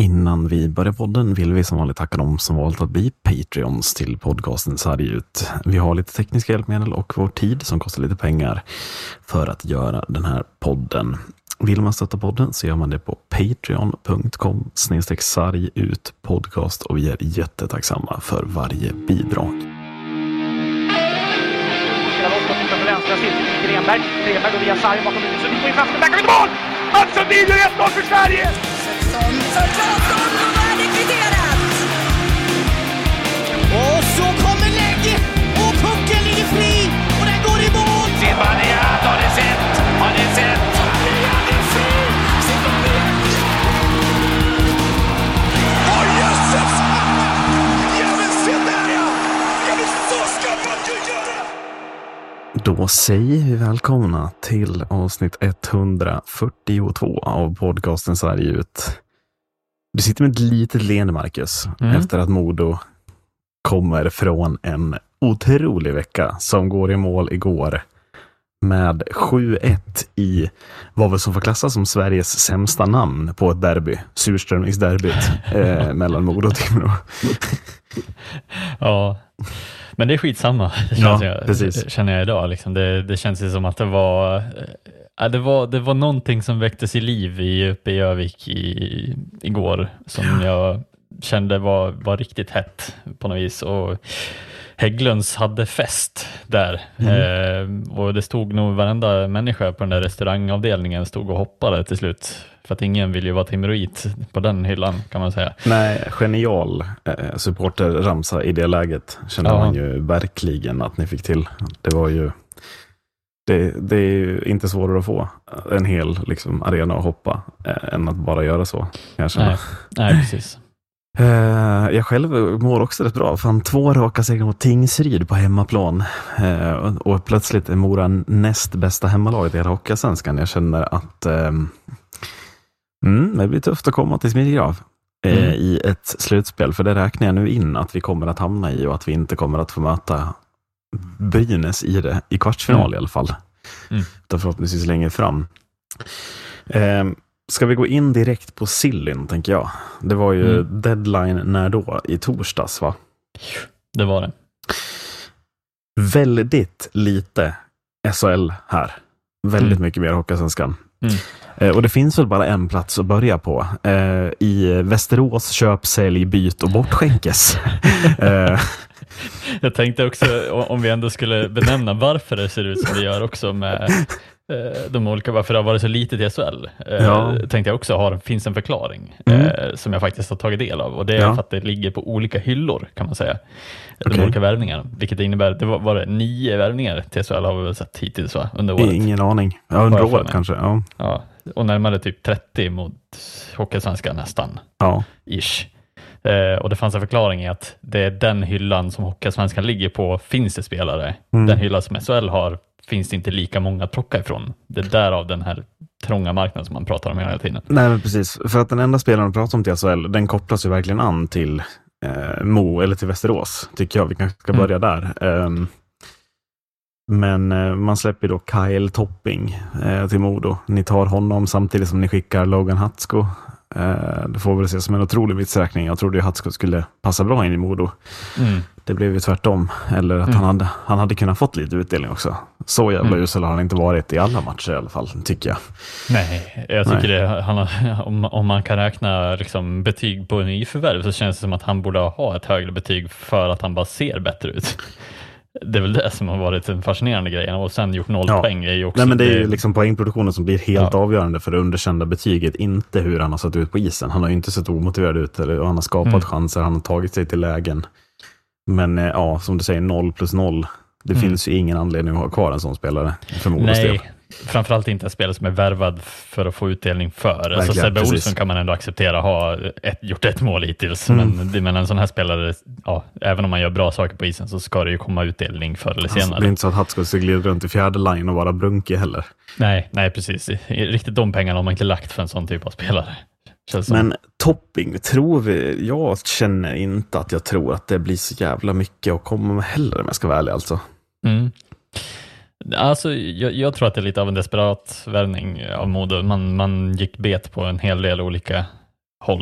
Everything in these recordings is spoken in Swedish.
Innan vi börjar podden vill vi som vanligt tacka dem som valt att bli Patreons till podcasten Sarg ut. Vi har lite tekniska hjälpmedel och vår tid som kostar lite pengar för att göra den här podden. Vill man stötta podden så gör man det på patreon.com/sargutpodcast och vi är jättetacksamma för varje bidrag. Grenberg går via sargen bakom huvudet, så vi får ju fast med backar vid mål! Mats Sundin gör 1-0 för Sverige! För Claesson, och då är det kvitterat! Och så kommer lägget, och pucken ligger fri, och den går i mål! Zibanejad, har ni sett? Har ni sett? Zibanejad är fri! Zibanejad! Åh, jösses! Ja, men se där, ja! Ja, men så ska man ju göra! Då säger vi välkomna till avsnitt 142 av podcasten Sarg ut. Du sitter med ett litet leende, Marcus, efter att Modo kommer från en otrolig vecka som går i mål igår med 7-1 i vad väl som får klassas som Sveriges sämsta namn på ett derby, surströmmingsderbyt mellan Modo och Timrå. Ja, men det är skitsamma, känner jag idag. Liksom. Det känns ju som att det var någonting som väcktes i liv uppe i Övik igår som jag kände var riktigt hett på något vis. Och Hägglunds hade fest där. Och det stod nog varenda människa på den där restaurangavdelningen stod och hoppade till slut. För att ingen vill ju vara timroit på den hyllan, kan man säga. Nej, genial supporterramsa i det läget känner man ju verkligen att ni fick till. Det var ju det är ju inte svårare att få en hel liksom, arena att hoppa än att bara göra så, kanske. Nej, precis. Jag själv mår också rätt bra. Fan, 2 raka segrar mot Tingsryd på hemmaplan. Och plötsligt är Mora näst bästa hemmalaget i hela Hockeyallsvenskan. Jag känner att det blir tufft att komma till Smidgrav i ett slutspel. För det räknar jag nu in att vi kommer att hamna i och att vi inte kommer att få möta Brynäs i kvartsfinal i alla fall. Utan förhoppningsvis längre fram. Ska vi gå in direkt på Sillyn, tänker jag. Det var ju deadline när då? I torsdags, va? Det var det. Väldigt lite SHL här. Väldigt mycket mer Hockeyallsvenskan. Och det finns väl bara en plats att börja på. I Västerås köp, sälj, byt och bortskänkes. Jag tänkte också, om vi ändå skulle benämna varför det ser ut som det gör också med de olika, varför det har varit så litet i SHL. Tänkte jag också finns en förklaring som jag faktiskt har tagit del av. Och det är för att det ligger på olika hyllor, kan man säga. De olika värvningarna. Vilket innebär, det var 9 värvningar till SHL har vi väl sett hittills, va? Under året. Ingen aning. Ja, under året kanske. Ja. Och närmare typ 30 mot Hockeysvenskan nästan. Ja. Ish. Och det fanns en förklaring i att det är den hyllan som Hockeysvenskan ligger på, finns det spelare. Den hyllan som SHL har finns det inte lika många att plocka ifrån. Det är därav den här trånga marknaden som man pratar om hela tiden. Nej, men precis. För att den enda spelaren man pratar om till SHL, den kopplas ju verkligen an till Mo eller till Västerås. Tycker jag vi kanske ska börja där. Men man släpper då Kyle Topping till Modo. Ni tar honom samtidigt som ni skickar Logan Hatsko. Det får väl ses som en otrolig missräkning. Jag trodde ju Hatsko skulle passa bra in i Modo. Det blev ju tvärtom. Eller att han hade kunnat fått lite utdelning också. Så jävla usel har han inte varit i alla matcher i alla fall, tycker jag. Nej, jag tycker det. Om man kan räkna liksom betyg på en nyförvärv så känns det som att han borde ha ett högre betyg för att han bara ser bättre ut. Det är väl det som har varit en fascinerande grej. Och sen gjort 0 poäng är ju också... Nej, men det är ju liksom poängproduktionen som blir helt avgörande för det underkända betyget. Inte hur han har sett ut på isen. Han har ju inte sett omotiverad ut. Och han har skapat chanser. Han har tagit sig till lägen. Men som du säger, 0+0. Det finns ju ingen anledning att ha kvar en sån spelare. Nej, framförallt inte en spelare som är värvad för att få utdelning för. Alltså Sebbe Olsson kan man ändå acceptera gjort 1 mål hittills. Men en sån här spelare, även om man gör bra saker på isen så ska det ju komma utdelning förr eller senare. Det är inte så att Hatsko ska glida runt i fjärde line och vara brunkig heller. Nej, precis. Riktigt de pengarna har man inte lagt för en sån typ av spelare. Men Topping, jag känner inte att jag tror att det blir så jävla mycket att komma med heller, om jag ska vara ärlig alltså. Alltså, jag tror att det är lite av en desperat värvning av Modo. Man gick bet på en hel del olika håll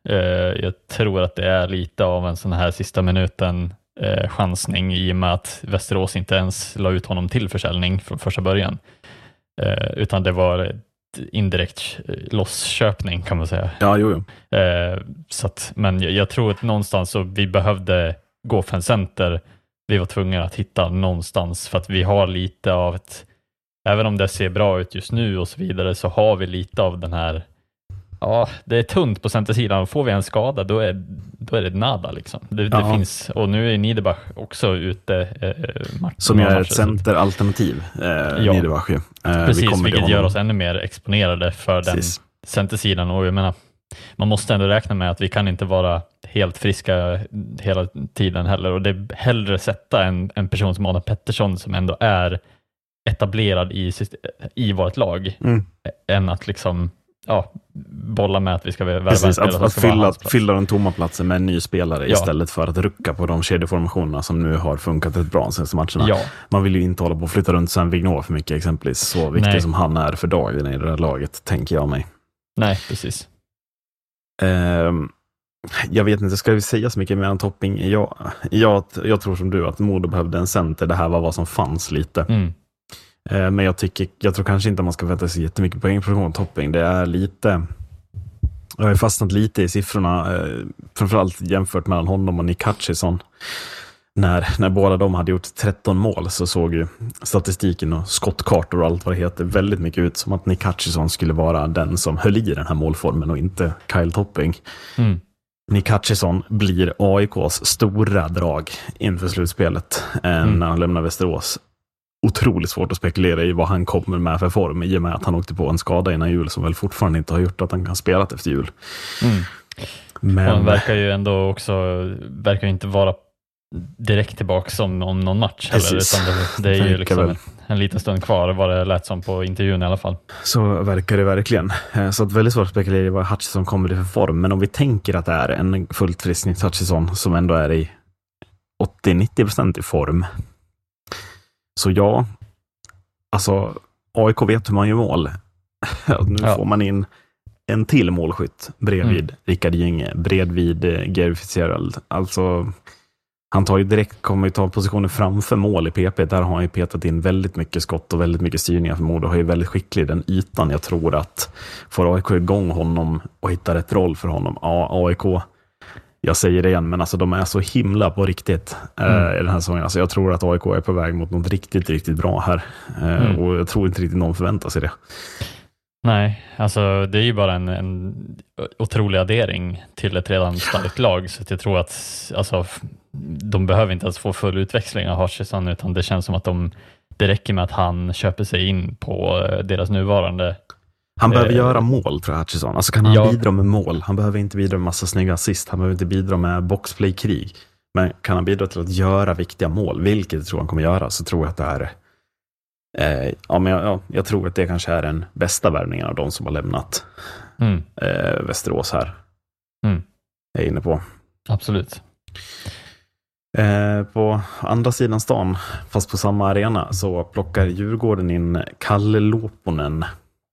Jag tror att det är lite av en sån här sista minuten chansning i och med att Västerås inte ens la ut honom till försäljning från första början. Utan det var indirekt lossköpning kan man säga. Ja, jo. Så att, men jag tror att någonstans så vi behövde gå för en center. Vi var tvungna att hitta någonstans för att vi har lite av ett, även om det ser bra ut just nu och så vidare, så har vi lite av den här, ja, det är tunt på centersidan. Får vi en skada då är det nada liksom. Det finns, och nu är Niederbach också ute som är ett centeralternativ. Niederbach ju. Precis, vilket gör oss ännu mer exponerade för den centersidan, och jag menar, man måste ändå räkna med att vi kan inte vara helt friska hela tiden heller, och det är hellre sätta en person som Adam Pettersson som ändå är etablerad i vårt lag än att liksom bolla med att vi ska värva. Precis, att fylla den tomma platsen med en ny spelare istället för att rucka på de kedjeformationerna som nu har funkat rätt bra de senaste matcherna. Ja. Man vill ju inte hålla på att flytta runt Sven Vigneault för mycket exempelvis, så viktigt som han är för dagen i det här laget, tänker jag mig. Nej, precis. Jag vet inte, ska vi säga så mycket mer än Topping? Jag tror som du att Modo behövde en center. Det här var vad som fanns lite. Men jag tror kanske inte man ska vänta sig jättemycket poäng på Topping. Det är lite, jag har fastnat lite i siffrorna, framförallt jämfört mellan honom och Nick Hutchison. När båda de hade gjort 13 mål så såg ju statistiken och skottkartor och allt vad det heter väldigt mycket ut som att Nick Hutchison skulle vara den som höll i den här målformen och inte Kyle Topping. Nick Hutchison blir AIKs stora drag inför slutspelet när han lämnar Västerås. Otroligt svårt att spekulera i vad han kommer med för form i och med att han åkte på en skada innan jul som väl fortfarande inte har gjort att han kan spela efter jul. Men han verkar ju ändå också inte vara direkt tillbaka som om någon match heller, utan det är ju liksom en liten stund kvar, var det lät som på intervjun i alla fall. Så verkar det verkligen. Så att väldigt svårt att spekulera i vad Hutchison kommer i för form, men om vi tänker att det är en fullt frisk Hutchison som ändå är i 80-90% i form, så ja, alltså AIK vet hur man gör mål. Nu får man in en till målskytt bredvid Rickard Gynge, bredvid Gary Fitzgerald. Alltså han kommer ju ta positionen framför mål i PP. Där har han ju petat in väldigt mycket skott och väldigt mycket styrningar för Modo. Har ju väldigt skicklig den ytan. Jag tror att får AIK igång honom och hitta rätt roll för honom. Ja, AIK, jag säger det igen, men alltså de är så himla på riktigt i den här säsongen. Alltså jag tror att AIK är på väg mot något riktigt, riktigt bra här. Och jag tror inte riktigt någon förväntar sig det. Nej, alltså det är ju bara en otrolig addering till ett redan starkt lag, så att jag tror att alltså, de behöver inte ens få full utväxling av Hutchison, utan det känns som att det räcker med att han köper sig in på deras nuvarande. Han behöver göra mål, tror jag, Hutchison. Alltså kan han bidra med mål? Han behöver inte bidra med massa snygga assist, han behöver inte bidra med boxplay-krig, men kan han bidra till att göra viktiga mål, vilket jag tror han kommer göra, så tror jag att det är jag tror att det kanske är den bästa värvningen av de som har lämnat Västerås här. Jag är inne på. Absolut. På andra sidan stan, fast på samma arena, så plockar Djurgården in Kalle Loponen.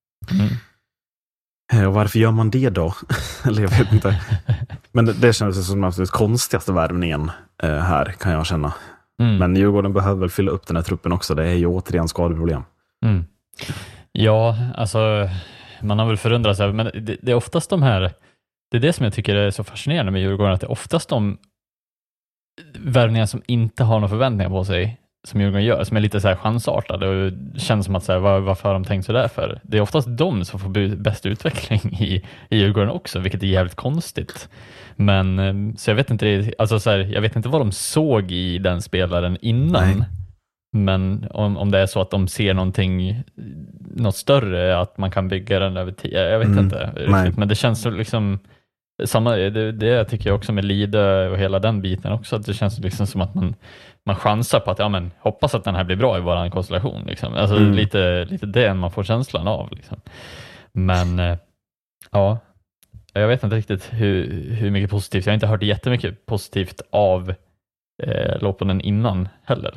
Och varför gör man det då? Eller jag vet inte. Men det känns som den absolut konstigaste värvningen här, kan jag känna. Men Djurgården behöver fylla upp den här truppen också. Det är ju återigen skadeproblem. Ja, alltså man har väl förundrat sig, men det är oftast de här, det är det som jag tycker är så fascinerande med Djurgården, att det är oftast de värvningar som inte har några förväntningar på sig som Djurgården gör, som är lite så här chansartade och känns som att så här, varför har de tänkt så där för? Det är oftast de som får bäst utveckling i Djurgården också, vilket är jävligt konstigt. Men så jag vet inte, alltså så här, jag vet inte vad de såg i den spelaren innan. Nej. Men om det är så att de ser något större, att man kan bygga den över tid, jag vet inte riktigt, men det känns så liksom samma, det tycker jag också med Lidö och hela den biten också, att det känns liksom som att man chansar på att hoppas att den här blir bra i våran konstellation liksom. Alltså lite det man får känslan av liksom. Men jag vet inte riktigt hur mycket positivt, jag har inte hört jättemycket positivt av Loponen innan heller.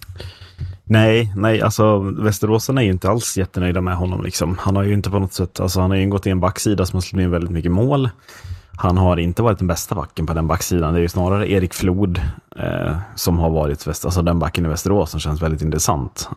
Nej, alltså Västeråsarna är ju inte alls jättenöjda med honom liksom. Han har ju inte på något sätt, alltså han har ju gått i en backsida som har slagit in väldigt mycket mål. Han har inte varit den bästa backen på den backsidan. Det är ju snarare Erik Flod som har varit alltså den backen i Västerås som känns väldigt intressant.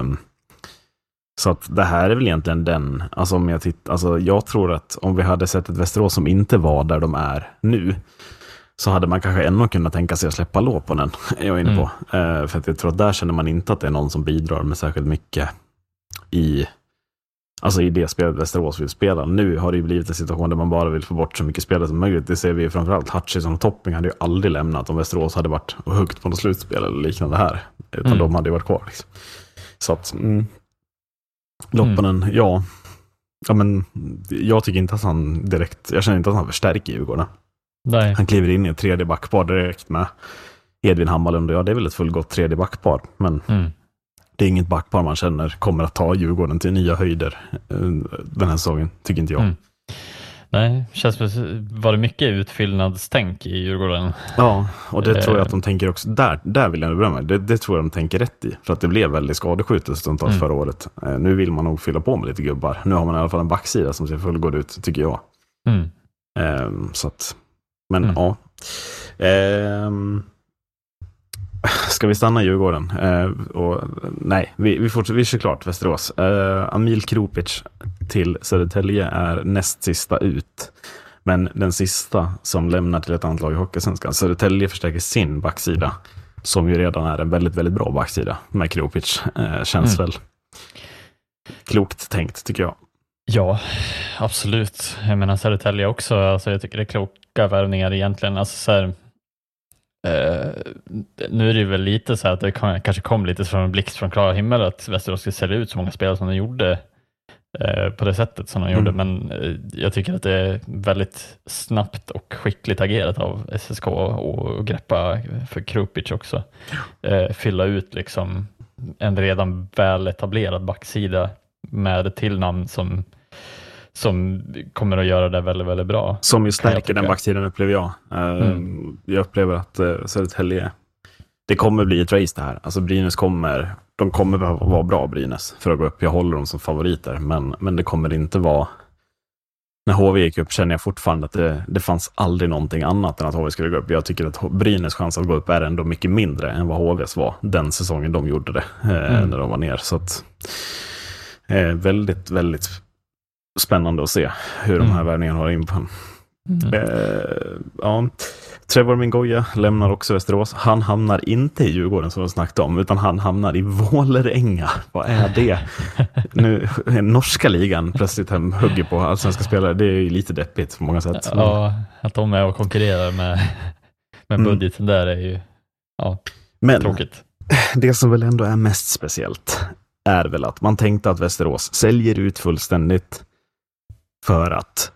Så att det här är väl egentligen den, alltså om jag tittar, alltså jag tror att om vi hade sett ett Västerås som inte var där de är nu, så hade man kanske ännu kunnat tänka sig att släppa Låponen, jag är inne på. För att jag tror att där känner man inte att det är någon som bidrar med särskilt mycket i det spelet Västerås vill spela. Nu har det ju blivit en situation där man bara vill få bort så mycket spelare som möjligt. Det ser vi framförallt. Hutchison och Topping hade ju aldrig lämnat om Västerås hade varit och huggt på något slutspel eller liknande här. Utan de hade ju varit kvar. Liksom. Så att Loppanen, ja men jag tycker inte att han direkt, jag känner inte att han förstärker Djurgården. Nej. Han kliver in i ett tredje backpar direkt med Edvin Hammarlund, och det är väl ett fullgott tredje backpar, men det är inget backpar man känner kommer att ta Djurgården till nya höjder den här säsongen, tycker inte jag. Nej, var det mycket utfyllnadstänk i Djurgården? Ja, och det tror jag att de tänker också, där vill jag berömma. Det tror jag de tänker rätt i, för att det blev väldigt skadeskjutet stundtals förra året. Nu vill man nog fylla på med lite gubbar. Nu har man i alla fall en backsida som ser fullgod ut, tycker jag. Så att, men ja. Ska vi stanna i Djurgården? Nej, vi fortsätter. Vi kör klart Västerås. Amil Kropic till Södertälje är näst sista ut. Men den sista som lämnar till ett annat lag i Hockeysvenskan. Södertälje förstärker sin backsida, som ju redan är en väldigt, väldigt bra backsida med Kropic. Känns väl klokt tänkt, tycker jag. Ja, absolut. Jag menar Södertälje också. Alltså, jag tycker det är kloka värvningar egentligen. Alltså så här, nu är det väl lite så här att det kanske kom lite från en blixt från klara himmel att Västerås skulle sälja ut så många spelare som de gjorde på det sättet som de gjorde, men jag tycker att det är väldigt snabbt och skickligt agerat av SSK och greppa för Kropic också. Fylla ut liksom en redan väl etablerad backsida med ett tillnamn som kommer att göra det väldigt, väldigt bra. Som ju stärker den backsidan, upplever jag. Jag upplever att Södertälje, det kommer bli ett race det här. Alltså Brynäs de kommer behöva vara bra, Brynäs, för att gå upp. Jag håller dem som favoriter, men det kommer inte vara. När HV gick upp känner jag fortfarande att det fanns aldrig någonting annat än att HV skulle gå upp. Jag tycker att Brynäs chans att gå upp är ändå mycket mindre än vad HVs var den säsongen de gjorde det, när de var ner. Så att väldigt, väldigt spännande att se hur de här värvningarna har in på. Trevor Mingoya lämnar också Västerås. Han hamnar inte i Djurgården som vi snackade om, utan han hamnar i Vålerenga. Vad är det? Nu norska ligan plötsligt hugger på allsvenska spelare. Det är ju lite deppigt på många sätt. Ja, att de är och konkurrerar med budgeten där är ju tråkigt. Det som väl ändå är mest speciellt är väl att man tänkte att Västerås säljer ut fullständigt för att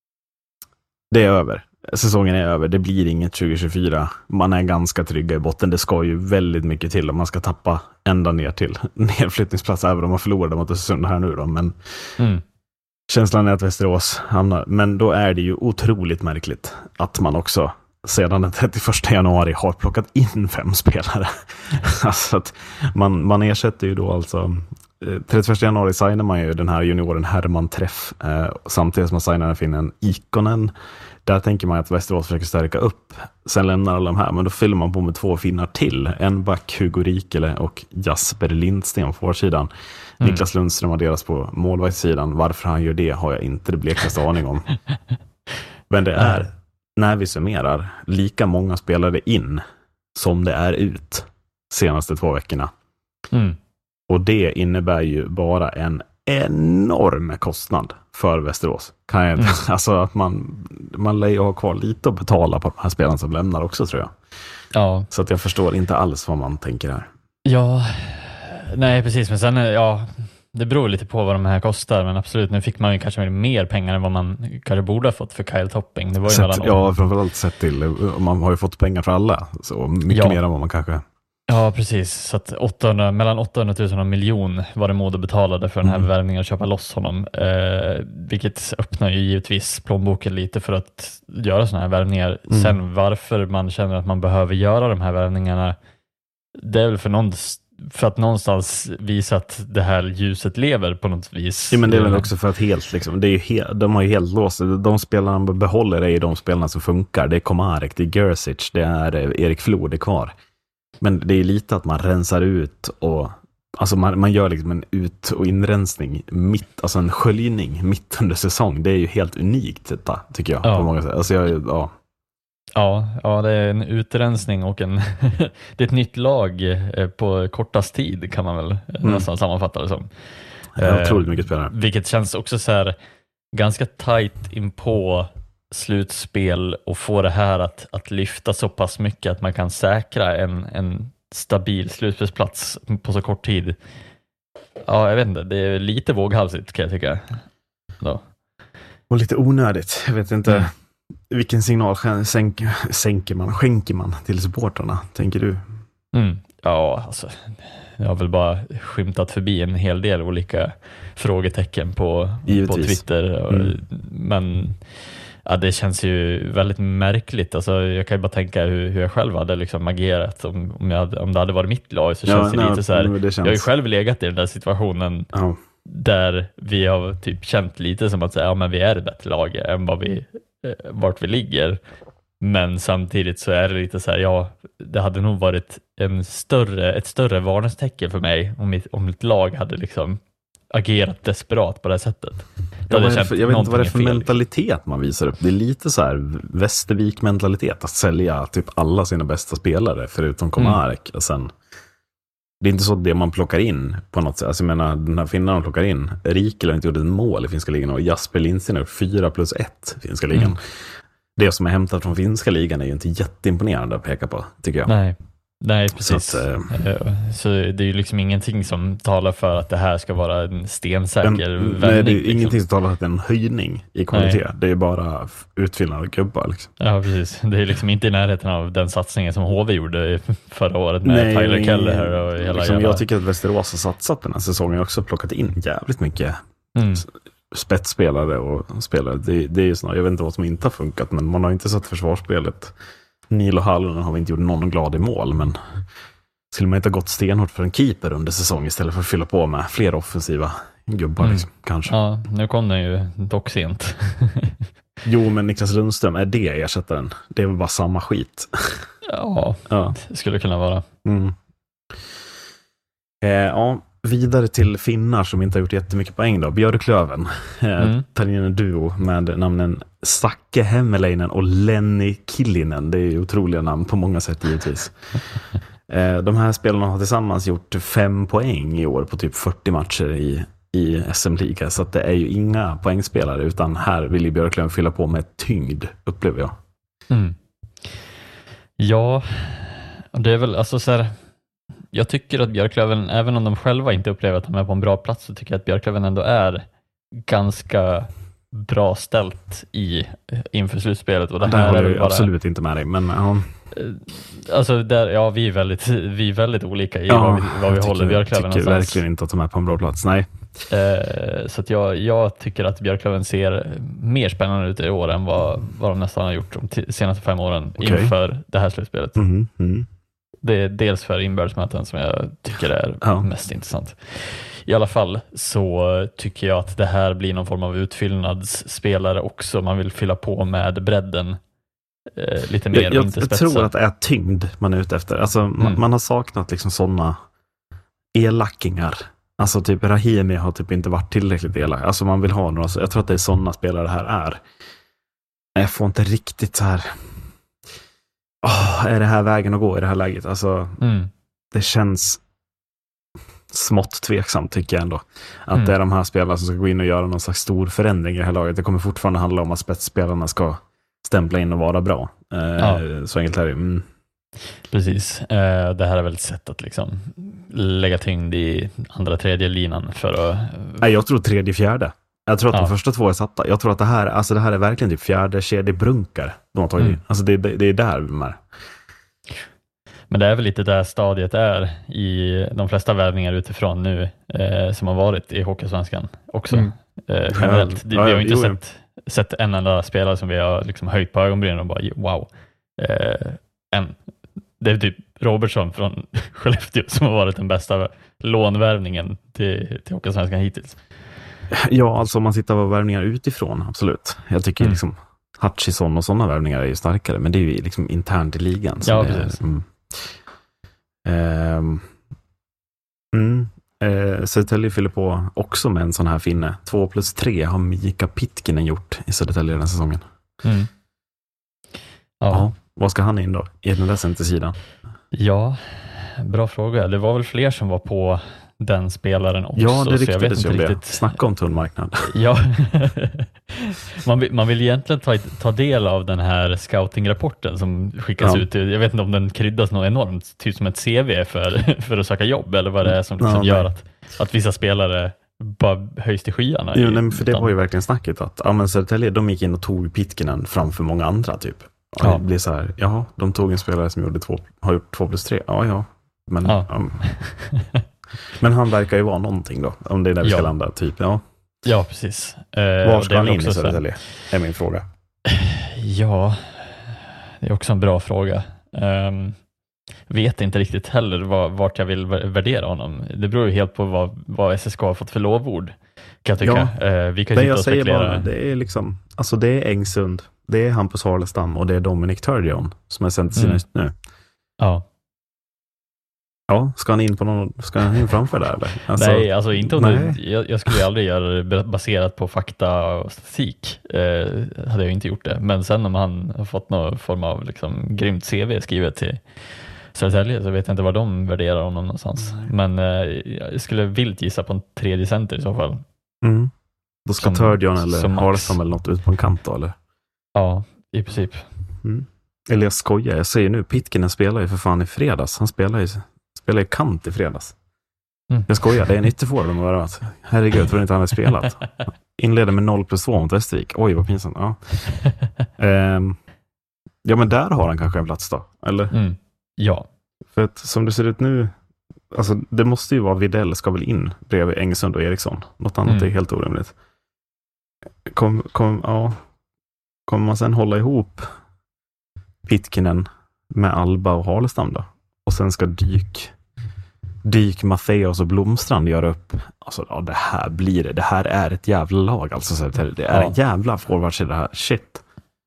det är över. Säsongen är över. Det blir inget 2024. Man är ganska trygga i botten. Det ska ju väldigt mycket till om man ska tappa ända ner till nedflyttningsplats, även om man förlorar mot Östersund här nu då. Men känslan är att Västerås hamnar. Men då är det ju otroligt märkligt att man också sedan den 31 januari har plockat in 5 spelare. Alltså att man ersätter ju då alltså 31 januari signar man ju den här junioren Herman Träff, samtidigt som man signar finnen Ikonen. Där tänker man att Västerås försöker stärka upp. Sen lämnar alla de här, men då fyller man på med 2 finnar till. En back, Hugo Rikele, och Jasper Lindsten på forwardsidan. Niklas Lundström har deras på målvaktssidan. Varför han gör det har jag inte det blekaste aning om. Men det är, när vi summerar, lika många spelare in som det är ut senaste 2 veckorna. Och det innebär ju bara en enorm kostnad för Västerås. Alltså att man lär ju ha kvar lite att betala på de här spelarna som lämnar också, tror jag. Ja. Så att jag förstår inte alls vad man tänker här. Ja, nej precis. Men sen, det beror lite på vad de här kostar. Men absolut, nu fick man ju kanske mer pengar än vad man kanske borde ha fått för Kyle Topping. Det var ju framförallt sett till, man har ju fått pengar för alla. Så mycket mer än vad man kanske... Ja, precis. Så att mellan 800 000 och 1 miljon var det Modo betalade för den här värvningen, att köpa loss honom. Vilket öppnar ju givetvis plånboken lite för att göra såna här värvningar. Sen varför man känner att man behöver göra de här värvningarna, det är väl för för att någonstans visa att det här ljuset lever på något vis. Ja, men det är väl också för att helt liksom, det är ju de har ju helt låst. De spelarna man behåller är ju de spelarna som funkar. Det är Komarek, det är Gerzic, det är Erik Flor, det är kvar. Men det är lite att man rensar ut och alltså man gör liksom en ut- och inrensning mitt, alltså en sköljning mitt under säsong. Det är ju helt unikt detta, tycker jag, på många sätt. Alltså Ja, det är en utrensning och det är ett nytt lag på kortast tid, kan man väl nästan sammanfatta det som. Otroligt mycket spelare. Vilket känns också så här ganska tajt in på slutspel och få det här att lyfta så pass mycket att man kan säkra en stabil slutspelsplats på så kort tid. Ja, jag vet inte. Det är lite våghalsigt, kan jag tycka. Då. Och lite onödigt. Jag vet inte vilken signal skänker man till supporterna, tänker du? Ja, alltså jag har väl bara skymtat förbi en hel del olika frågetecken på Twitter. Men ja, det känns ju väldigt märkligt. Alltså, jag kan ju bara tänka hur jag själv hade liksom agerat om det hade varit mitt lag. Så känns det lite så här. Jag har ju själv legat i den där situationen där vi har typ känt lite som att säga, ja, men vi är ett bättre lag än vart vi ligger. Men samtidigt så är det lite så här, ja, det hade nog varit ett större varningstecken för mig om mitt lag hade liksom agerat desperat på det här sättet. Jag vet inte vad det är för mentalitet man visar upp. Det är lite så här Västervik-mentalitet att sälja typ alla sina bästa spelare förutom Komarek. Och sen, det är inte så det man plockar in på något sätt. Alltså jag menar, den här finnarna plockar in. Rikel har inte gjort ett mål i finska ligan och Jasper Lindsen är 4+1 i finska ligan. Det som är hämtat från finska ligan är ju inte jätteimponerande att peka på, tycker jag. Nej, precis. Så det är ju liksom ingenting som talar för att det här ska vara en stensäker vändning. Nej, det är ingenting som talar för att det är en höjning i kvalitet. Nej. Det är bara utfyllnad och gubbar. Liksom. Ja, precis. Det är liksom inte i närheten av den satsningen som HV gjorde förra året med Tyler Keller här och hela liksom, jag tycker att Västerås har satsat den här säsongen och också plockat in jävligt mycket spetsspelare och spelare. Det är ju snarare, jag vet inte vad som inte har funkat, men man har inte sett försvarsspelet. Nilo Hallonen har vi inte gjort någon glad i mål, men skulle man inte ha gått stenhårt för en keeper under säsong istället för att fylla på med fler offensiva gubbar liksom, kanske. Ja, nu kom den ju dock sent. Jo, men Niklas Lundström, är det ersättaren? Det är väl bara samma skit. Ja, det skulle kunna vara. Vidare till finnar som inte har gjort jättemycket poäng då. Björklöven tar in en duo med namnen Sakke Hemmeleinen och Lenny Killinen. Det är otroliga namn på många sätt givetvis. De här spelarna har tillsammans gjort 5 poäng i år på typ 40 matcher i SM-liga. Så att det är ju inga poängspelare, utan här vill ju Björklöven fylla på med tyngd, upplever jag. Ja, det är väl alltså så här. Jag tycker att Björklöven, även om de själva inte upplever att de är på en bra plats, så tycker jag att Björklöven ändå är ganska bra ställt inför slutspelet. Och det här är bara, absolut inte med dig, men alltså där, vi är väldigt olika i vad vi håller Björklöven. Jag tycker verkligen inte att de är på en bra plats, nej. Så att jag tycker att Björklöven ser mer spännande ut i år än vad de nästan har gjort de senaste 5 åren inför det här slutspelet. Det är dels för inbördesmöten som jag tycker är mest intressant. I alla fall så tycker jag att det här blir någon form av utfyllnadsspelare också. Man vill fylla på med bredden lite mer och inte spetsa. Jag tror att det är tyngd man är ute efter. Alltså, man har saknat liksom sådana elackingar. Alltså typ Rahimi har typ inte varit tillräckligt elak. Alltså man vill ha några. Jag tror att det är sådana spelare det här är. Jag får inte riktigt så här... är det här vägen att gå i det här läget? Alltså, det känns smått tveksamt, tycker jag ändå. Att det är de här spelarna som ska gå in och göra någon slags stor förändring i det här laget. Det kommer fortfarande handla om att spetsspelarna ska stämpla in och vara bra. Så enkelt är det. Precis. Det här är väl ett sätt att liksom lägga tyngd i andra, tredje linan för att... Nej, jag tror 3:e, 4:e. Jag tror att de första 2 är satta. Jag tror att det här är verkligen typ 4:e kedjebrunkar de har tagit in. Alltså det är där de är. Men det är väl lite där stadiet är i de flesta värvningar utifrån nu som har varit i Hockeysvenskan också. Generellt. Vi har ju inte sett en enda spelare som vi har liksom höjt på ögonbrynen och bara wow. det är typ Robertsson från Skellefteå som har varit den bästa lånvärvningen till Hockeyallsvenskan hittills. Ja, alltså om man sitter på värvningar utifrån, absolut. Jag tycker liksom Hutchison och sådana värvningar är ju starkare, men det är ju liksom internt i ligan. Ja, precis. Södertälje fyller på också med en sån här finne. 2+3 har Mika Pitkinen gjort i Södertälje den här säsongen. Ja, vad ska han in då? I den där centersidan? Ja, bra fråga. Det var väl fler som var på den spelaren också. Ja, det ryktades ju om det. Snacka om tunn marknad. Ja, man vill egentligen ta del av den här scouting-rapporten som skickas ut. Jag vet inte om den kryddas något enormt, typ som ett CV för att söka jobb, eller vad det är som liksom gör att vissa spelare bara höjs till skyarna. Jo, nej, för det var ju verkligen snacket att Södertälje, de gick in och tog Pitkinen framför många andra typ. Och det blir så här, ja, de tog en spelare som har gjort 2+3. Ja. Men men han verkar ju vara någonting då, om det är där vi ska landa, typ. Ja, precis. Var ska han in i Södertälje? Är min fråga. Ja, det är också en bra fråga. Vet inte riktigt heller vart jag vill värdera honom. Det beror ju helt på vad SSK har fått för lovord, kan jag tycka. Vi kan sitta och spekulera. Bara, det är liksom, alltså det är Engsund, det är Hampus Harlestam och det är Dominic Turgeon som är sänt sina just nu. Ja. Ja, ska han in in framför där eller? Alltså, nej, alltså inte om jag skulle aldrig göra det baserat på fakta och statistik. Hade jag inte gjort det. Men sen om han har fått någon form av liksom grymt CV skrivet till Södertälje, så vet jag inte var de värderar honom någonstans. Men jag skulle vilt gissa på en tredje center i så fall. Då ska Turgeon eller Harlestam eller något ut på en kant då, eller? Ja, i princip. Eller jag skojar, jag säger nu, Pitkinen spelar ju för fan i fredags. Han spelar i kant i fredags. Jag skojar, det är en ytterforward de har varit. Herregud, tror inte han har spelat. Inleder med 0+2 mot Västervik. Oj, vad pinsamt. Ja. Ja, men där har han kanske en plats då, eller? Ja. För att som det ser ut nu, alltså det måste ju vara Widell ska väl in bredvid Engsund och Eriksson. Något annat är helt orimligt. Kommer man sen hålla ihop Pitkinen med Alba och Harlestam då? Och sen ska Dyk, Matteus och Blomstrand göra upp. Alltså, ja, det här blir det. Det här är ett jävla lag. Alltså, så det är en jävla forwards i det här. Shit.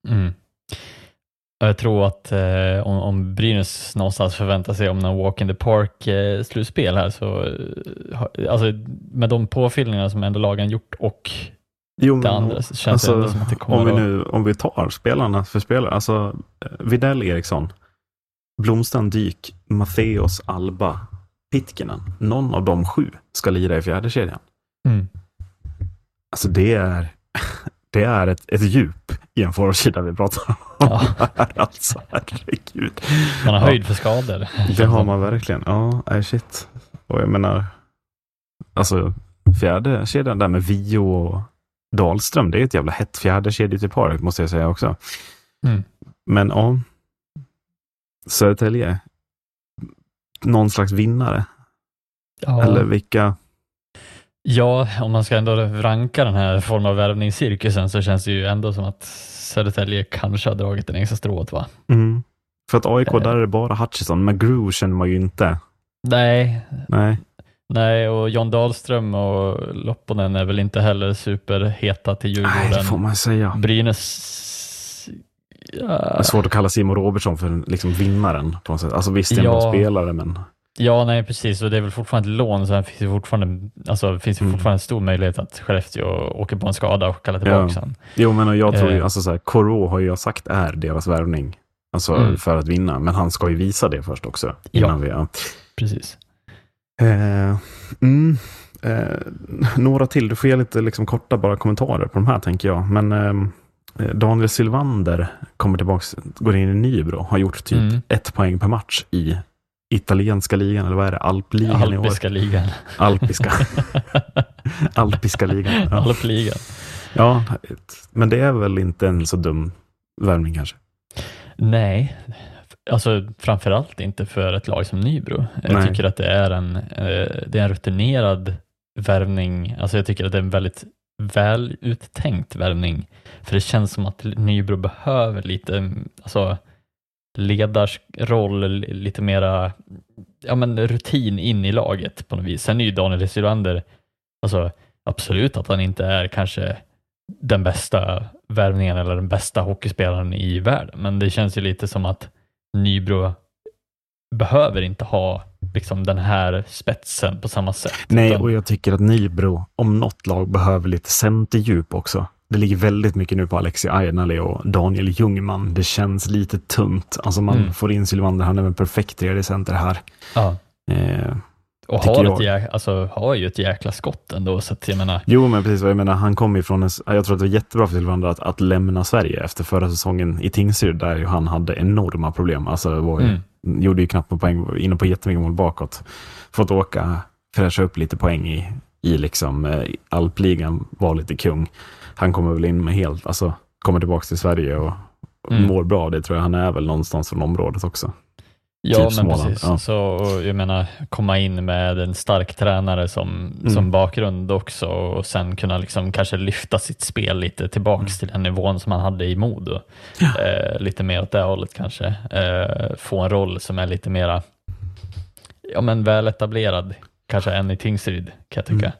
Jag tror att om Brynäs någonstans förväntar sig om någon walk in the park slutspel här, så alltså, med de påfyllningarna som ändå lagen gjort och det andra, så känns det ändå som att det kommer om vi tar spelarna för spelare, alltså Widell, Eriksson, Blomstrand, Dyk, Matteus, Alba, Pitkinen, någon av de 7 ska lira i fjärde kedjan. Alltså det är ett djup i en forwardsida vi pratar om. Ja. Alltså, herregud. Man har höjd för skador. Det har man verkligen. Ja, shit. Och jag menar, alltså fjärde kedjan där med Vio och Dahlström, det är ett jävla hett fjärde kedja till par, måste jag säga också. Men ja, Södertälje, någon slags vinnare. Ja. Eller vilka? Ja, om man ska ändå ranka den här formen av värvningscirkusen, så känns det ju ändå som att Södertälje kanske har dragit den extra strået, va? För att AIK, där är det bara Hutchison, men Grew känner man ju inte. Nej, och John Dahlström och Lopponen är väl inte heller superheta till Djurgården. Nej, det får man säga. Brynäs... Ja. Det är svårt att kalla Simon Robertsson för liksom vinnaren på något sätt. Alltså visst är en bra spelare, men... Ja, nej, precis. Och det är väl fortfarande ett lån, så finns det fortfarande en stor möjlighet att Skellefteå åker på en skada och kallar tillbaka sen. Jo, men jag tror ju, alltså så här, Koro har jag sagt är deras värvning. Alltså för att vinna, men han ska ju visa det först också. Innan precis. Några till, du får ge lite liksom korta bara kommentarer på de här, tänker jag. Men Daniel Sylvander kommer tillbaka, går in i Nybro, har gjort typ 1 poäng per match i italienska ligan, eller vad är det? Alpligan i år. Alpiska ligan. Alpiska ligan. Ja. Alpligan. Ja, men det är väl inte en så dum värvning kanske? Nej, alltså framförallt inte för ett lag som Nybro. Jag tycker att det är en rutinerad värvning. Alltså jag tycker att det är en väldigt väl uttänkt värvning. För det känns som att Nybro behöver lite, alltså ledarsroll, lite mera rutin in i laget på något vis. Sen är ju Daniel Sylander, alltså absolut att han inte är kanske den bästa värvningen eller den bästa hockeyspelaren i världen, men det känns ju lite som att Nybro behöver inte ha liksom den här spetsen på samma sätt. Nej, och jag tycker att Nybro, om något lag, behöver lite centerdjup också. Det ligger väldigt mycket nu på Alexi Ajenali och Daniel Ljungman. Det känns lite tunt. Alltså man får in Sylvander, han är en perfekt tredje center här. Ja. Och har ju ett jäkla skott ändå, så att jag menar... Jo, men precis vad jag menar. Han kom ifrån jag tror att det var jättebra för Sylvander att lämna Sverige efter förra säsongen i Tingsryd, där ju han hade enorma problem. Alltså det var gjorde ju knappt poäng, inne på jättemycket mål bakåt. Fått åka, fräscha upp lite poäng i liksom alpligan, var lite kung. Han kommer väl in med kommer tillbaka till Sverige och mår bra. Det tror jag, han är väl någonstans från området också. Ja, typ men precis. Ja. Så jag menar, komma in med en stark tränare som bakgrund också, och sen kunna liksom kanske lyfta sitt spel lite tillbaks till den nivån som han hade i Modo. Ja. Lite mer åt det hållet kanske. Få en roll som är lite mera väl etablerad kanske än i Tingsryd, kan jag tycka.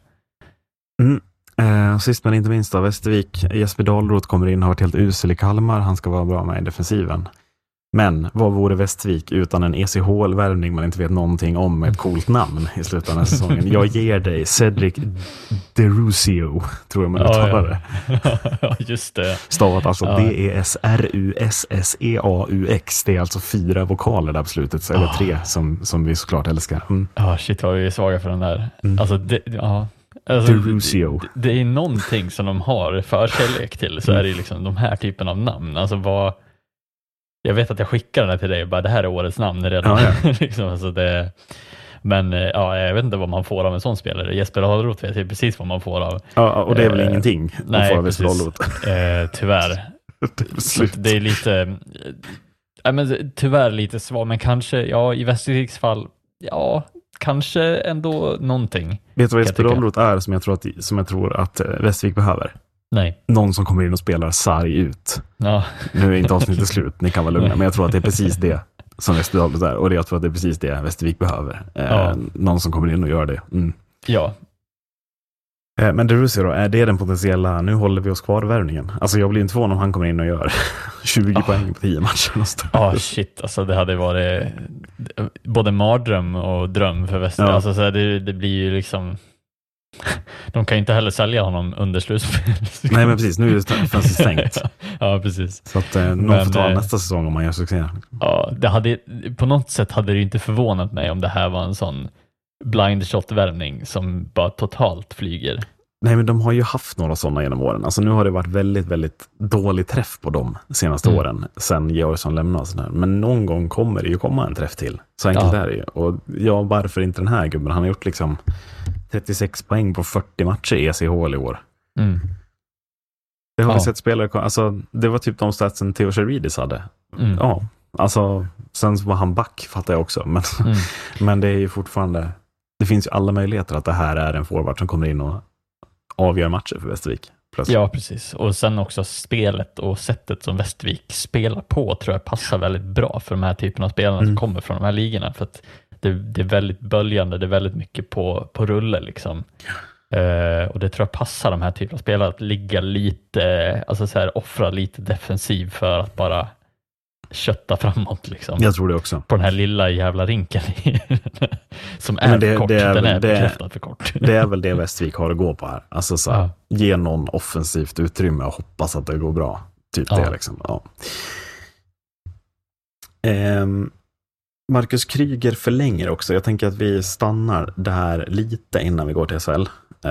Sist men inte minst av Västervik, Jesper Dahlroth kommer in och har varit helt usel i Kalmar. Han ska vara bra med i defensiven. Men vad vore Västervik utan en ECHL-värvning man inte vet någonting om, med ett coolt namn i slutet av den här säsongen? Jag ger dig Cedric Derusio, tror jag man uttalar det. Ja, just det. Stavat alltså Desrussseaux. Det är alltså 4 vokaler där på slutet, eller 3 som vi såklart älskar. Shit, vad vi är svaga för den där. Alltså, det är någonting som de har förkärlek till, så är det liksom de här typen av namn. Alltså jag vet att jag skickar den här till dig och bara, det här är årets namn redan. Ja. Liksom, alltså men jag vet inte vad man får av en sån spelare. Jesper Dahlroth vet precis vad man får av. Ja, och det är väl ingenting man får av Jesper Dahlroth. Tyvärr. det är lite tyvärr lite svårt, men kanske i Västerviks fall kanske ändå någonting. Vet du vad Jesper Dahlroth är som jag tror att Västervik behöver? Nej. Någon som kommer in och spelar sarg ut. Ja. Nu är inte avsnittet slut, ni kan vara lugna. Men jag tror att det är precis det som Jesper Dahlroth är. Och jag tror att det är precis det Västervik behöver. Någon som kommer in och gör det. Ja. Men det Russi då, är det den potentiella, nu håller vi oss kvar i värvningen? Alltså jag blir inte förvånad om han kommer in och gör 20 poäng på 10 matcher. Shit, alltså det hade varit både mardröm och dröm för Västervik. Ja. Alltså så det blir ju liksom... De kan ju inte heller sälja honom under slutspel. Nej, men precis, nu är det fönstret stängt. Ja, precis. Så att någon får ta nästa säsong om man gör succé. Ja, på något sätt hade det inte förvånat mig om det här var en sån blind shot-värvning som bara totalt flyger. Nej, men de har ju haft några sådana genom åren. Alltså nu har det varit väldigt, väldigt dålig träff på dem senaste åren sen Georgsson lämnade. Sån här. Men någon gång kommer det ju komma en träff till. Så enkelt är det ju. Och varför inte den här gubben? Han har gjort liksom 36 poäng på 40 matcher i ECHL i år. Det har vi sett spelare, alltså det var typ de statsen Theo Cheridis hade. Ja, alltså sen var han back, fattar jag också. Men det är ju fortfarande, det finns ju alla möjligheter att det här är en forward som kommer in och avgör matcher för Västervik. Plötsligt. Ja, precis. Och sen också spelet och sättet som Västervik spelar på tror jag passar väldigt bra för de här typerna av spelarna som kommer från de här ligorna. För att det är väldigt böljande, det är väldigt mycket på rulle liksom. Och det tror jag passar de här typerna av spelare att ligga lite, alltså så här, offra lite defensiv för att bara kötta framåt liksom. Jag tror det också. På den här lilla jävla rinken som är för kort. Den är bekräftad för kort. Det är väl det Västervik har att gå på här. Alltså så här, ge någon offensivt utrymme och hoppas att det går bra. Typ det liksom. Ja. Marcus Kryger förlänger också. Jag tänker att vi stannar där lite innan vi går till SHL.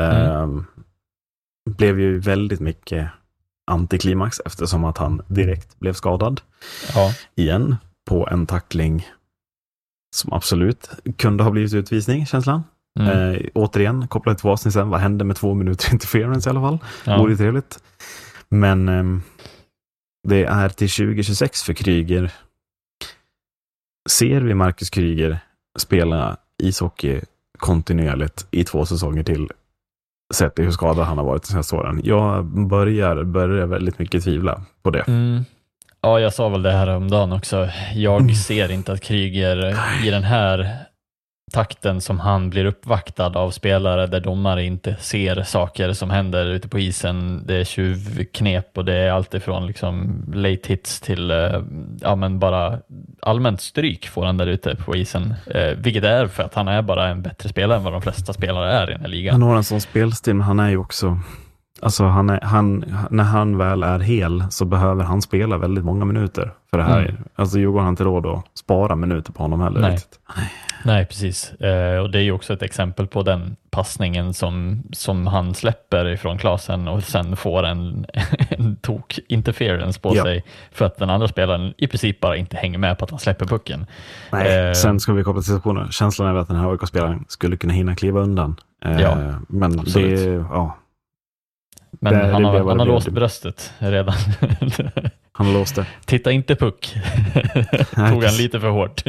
Blev ju väldigt mycket antiklimax eftersom att han direkt blev skadad igen på en tackling som absolut kunde ha blivit utvisning, känslan. Återigen, kopplat till avsnittet, vad hände med 2 minuter interference i alla fall? Vore trevligt. Men det är till 2026 för Kryger. Ser vi Marcus Kryger spela ishockey kontinuerligt i 2 säsonger till, sett i hur skadad han har varit de senaste åren? Jag börjar väldigt mycket tvivla på det. Ja, jag sa väl det här om dagen också. Jag ser inte att Kryger i den här takten som han blir uppvaktad av spelare där domare inte ser saker som händer ute på isen. Det är tjuvknep och det är allt ifrån liksom late hits till men bara allmänt stryk får han där ute på isen. Vilket är för att han är bara en bättre spelare än vad de flesta spelare är i den här ligan. Han har en sån spelstil, men han är ju också... Alltså när han väl är hel så behöver han spela väldigt många minuter för det här. Alltså Djurgården har inte råd att spara minuter på honom heller. Nej, precis. Och det är ju också ett exempel på den passningen som han släpper ifrån Klasen och sen får en tok interference på sig för att den andra spelaren i princip bara inte hänger med på att han släpper pucken. Nej, sen ska vi koppla till situationen. Känslan är att den här AIK-spelaren skulle kunna hinna kliva undan. Men absolut. Men han har låst bröstet redan. Han har låst det. Titta inte puck. Tog han lite för hårt.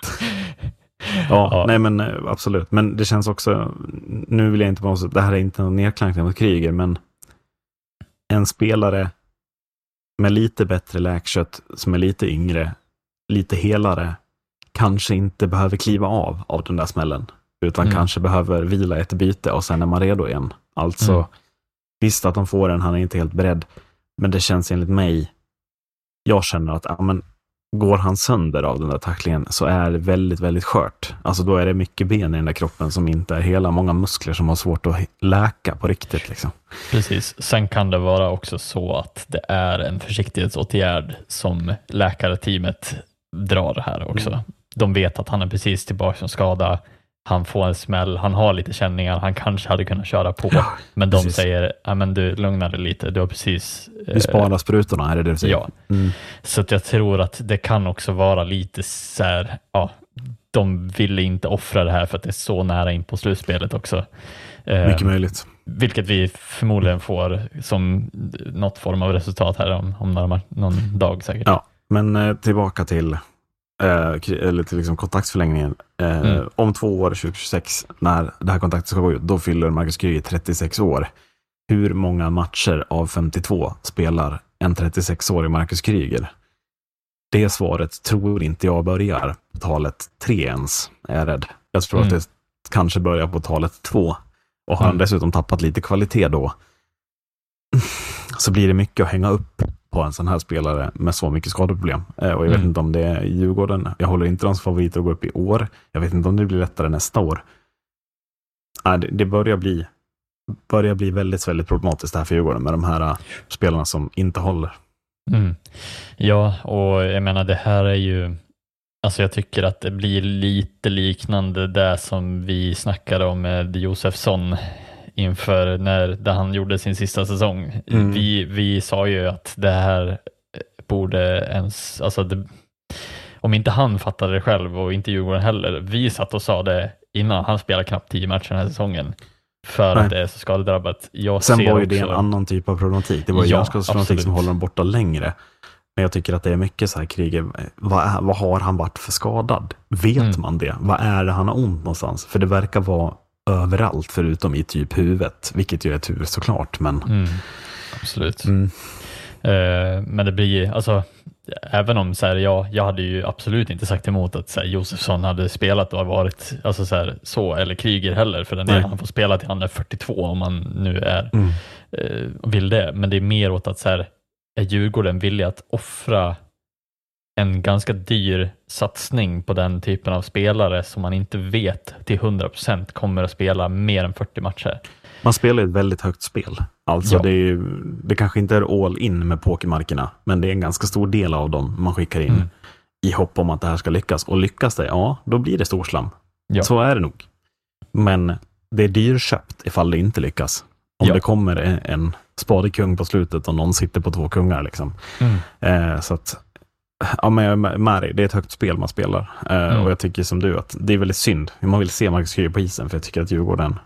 Nej men absolut. Men det känns också, nu vill jag inte vara så, det här är inte någon nedklankning mot Kryger, men en spelare med lite bättre läkkött, som är lite yngre, lite helare, kanske inte behöver kliva av den där smällen, utan kanske behöver vila ett byte och sen är man redo igen. Alltså visst att de får den, han är inte helt beredd, men det känns enligt mig, jag känner att går han sönder av den där tacklingen så är det väldigt, väldigt skört. Alltså då är det mycket ben i den där kroppen som inte är hela, många muskler som har svårt att läka på riktigt liksom. Precis, sen kan det vara också så att det är en försiktighetsåtgärd som läkarteamet drar här också. De vet att han är precis tillbaka som skada. Han får en smäll, han har lite känningar, han kanske hade kunnat köra på, men de säger, men du lugnar dig lite, du har precis... Vi sparar sprutorna, är det du säger? Ja, så att jag tror att det kan också vara lite så här, de ville inte offra det här för att det är så nära in på slutspelet också. Mycket möjligt. Vilket vi förmodligen får som något form av resultat här om någon dag säkert. Ja, men tillbaka till liksom kontaktsförlängningen. Om 2 år, 2026, när det här kontraktet ska gå ut, då fyller Marcus Kryger 36 år. Hur många matcher av 52 spelar en 36-årig Marcus Kryger? Det svaret tror inte jag börjar på talet 3 ens, är jag rädd. Jag tror att det kanske börjar på talet 2. Och har han dessutom tappat lite kvalitet då, så blir det mycket att hänga upp på en sån här spelare med så mycket skadeproblem. Och jag vet inte om det är Djurgården. Jag håller inte hans favoriter att gå upp i år. Jag vet inte om det blir lättare nästa år. Det börjar bli väldigt, väldigt problematiskt det här för Djurgården med de här spelarna som inte håller. Ja, och jag menar det här är ju, alltså jag tycker att det blir lite liknande det som vi snackade om med Josefsson inför när han gjorde sin sista säsong. Vi sa ju att det här borde ens, alltså om inte han fattade det själv och inte Djurgården heller, vi satt och sa det innan, han spelade knappt 10 matcher den här säsongen för att det är så skadedrabbat. Sen var ju det en annan typ av problematik. Det var ju hjärnskadesproblematik som håller dem borta längre. Men jag tycker att det är mycket så här Kryger, vad har han varit för skadad? Vet man det? Vad är det han har ont någonstans? För det verkar vara överallt förutom i typ huvudet, vilket ju är tur såklart, men absolut. Men det blir, alltså även om så här, jag hade ju absolut inte sagt emot att så här, Josefsson hade spelat och varit alltså så eller Kryger heller, för den delen han får spela till han är 42 om man nu är vill det, men det är mer åt att så här, är Djurgården villig att offra en ganska dyr satsning på den typen av spelare som man inte vet till 100% kommer att spela mer än 40 matcher. Man spelar ett väldigt högt spel. Alltså det kanske inte är all in med pokermarkerna, men det är en ganska stor del av dem man skickar in i hopp om att det här ska lyckas. Och lyckas det, då blir det storslam. Ja. Så är det nog. Men det är dyrköpt ifall det inte lyckas. Om det kommer en spadekung på slutet och någon sitter på 2 kungar liksom. Så att men det är ett högt spel man spelar. Och jag tycker som du att det är väldigt synd. Man vill se Marcus Kryger på isen, för jag tycker att Djurgården,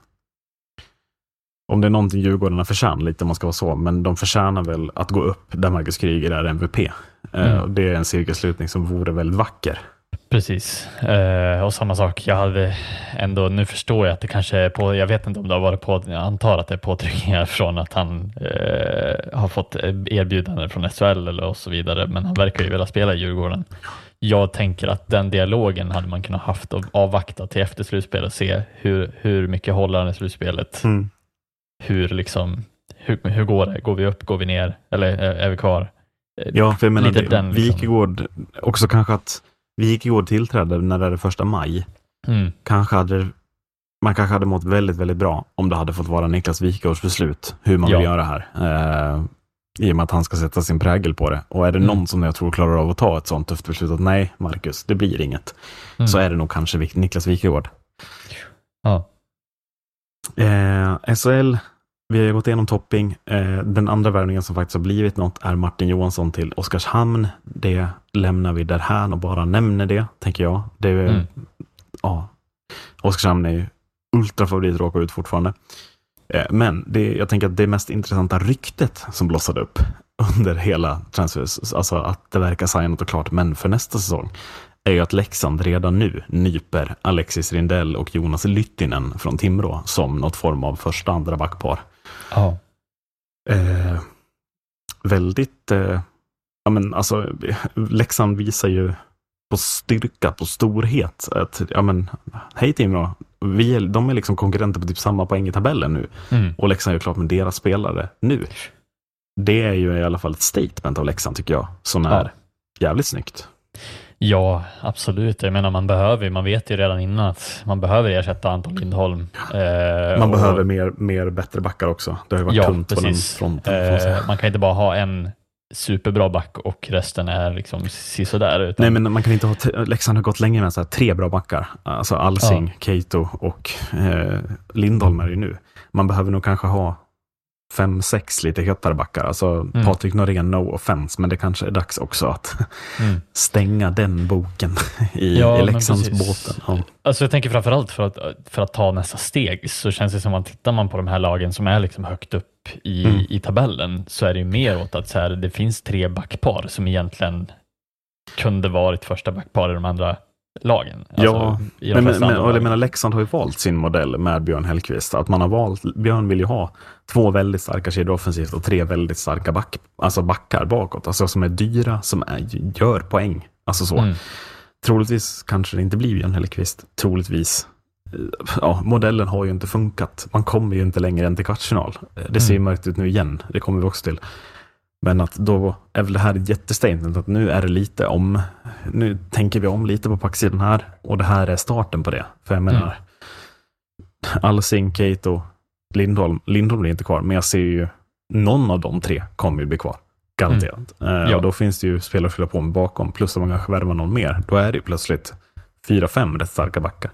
om det är någonting Djurgården har förtjänat lite, om man ska vara så, men de förtjänar väl att gå upp där Marcus Kryger är MVP. Det är en cirkelslutning som vore väldigt vacker. Precis. Och samma sak, jag hade ändå, nu förstår jag att det kanske är på, jag vet inte om det har varit på, jag antar att det är påtryckningar från att han har fått erbjudanden från SHL eller och så vidare, men han verkar ju vilja spela i Djurgården. Jag tänker att den dialogen hade man kunnat haft och avvakta till efter slutspel och se hur mycket håller han i slutspelet. Hur går det? Går vi upp? Går vi ner? Eller är vi kvar? Ja, för jag menar, Wikegård också kanske att Wikegård tillträdde när det är 1 maj. Man kanske hade mått väldigt, väldigt bra om det hade fått vara Niklas Wikegårds beslut hur man vill göra här. I och med att han ska sätta sin prägel på det. Och är det någon som jag tror klarar av att ta ett sånt tufft beslut att nej, Marcus, det blir inget. Så är det nog kanske Niklas Wikegård. Ja. SHL, vi har gått igenom topping. Den andra värvningen som faktiskt har blivit något är Martin Johansson till Oskarshamn. Det lämnar vi där här och bara nämner det, tänker jag. Oskarshamn är ju ultrafavorit, råkar ut fortfarande. Men jag tänker att det mest intressanta ryktet som blossade upp under hela transfers, alltså att det verkar signat och klart, men för nästa säsong, är ju att Leksand redan nu nyper Alexis Rindell och Jonas Lyttinen från Timrå som något form av första andra backpar. Ja. Väldigt Leksand visar ju på styrka, på storhet att, hej Timrå, de är liksom konkurrenter på typ samma poäng i tabellen nu. Och Leksand är klart med deras spelare nu. Det är ju i alla fall ett statement av Leksand, tycker jag, som är jävligt snyggt. Ja, absolut. Jag menar, man vet ju redan innan att man behöver ersätta Anton Lindholm. Man behöver mer bättre backar också. Det har ju varit tunt på den fronten. Man kan inte bara ha en superbra back och resten är liksom sisådär. Utan... Nej, men man kan inte ha... Leksand har gått länge med så här 3 bra backar. Alltså Alsing, Keito och Lindholm är ju nu. Man behöver nog kanske ha 5-6 lite hetare backar. Alltså Patrik Norén, no offense, men det kanske är dags också att stänga den boken i Leksands båten. Ja. Alltså jag tänker framförallt för att ta nästa steg, så känns det som att tittar man på de här lagen som är liksom högt upp i tabellen, så är det ju mer åt att så här, det finns 3 backpar som egentligen kunde varit första backpar i de andra lagen. Alltså, men Leksand har ju valt sin modell med Björn Hellqvist. Att man har valt, Björn vill ju ha 2 väldigt starka kedjor offensivt och 3 väldigt starka backar bakåt. Alltså som är dyra, som gör poäng. Alltså så. Troligtvis kanske det inte blir Björn Hellqvist. Troligtvis. Modellen har ju inte funkat. Man kommer ju inte längre än till kvartsfinal. Det ser ju mörkt ut nu igen. Det kommer vi också till. Men att då är väl det här ett jättestatement att nu är det lite nu tänker vi om lite på packsidan här, och det här är starten på det. För jag menar, Alsing, Keito, Lindholm blir inte kvar, men jag ser ju någon av de 3 kommer ju bli kvar. Garanterat. Och då finns det ju spelare att fylla på med bakom, plus att man kanske värvar någon mer. Då är det ju plötsligt 4-5 rätt starka backar.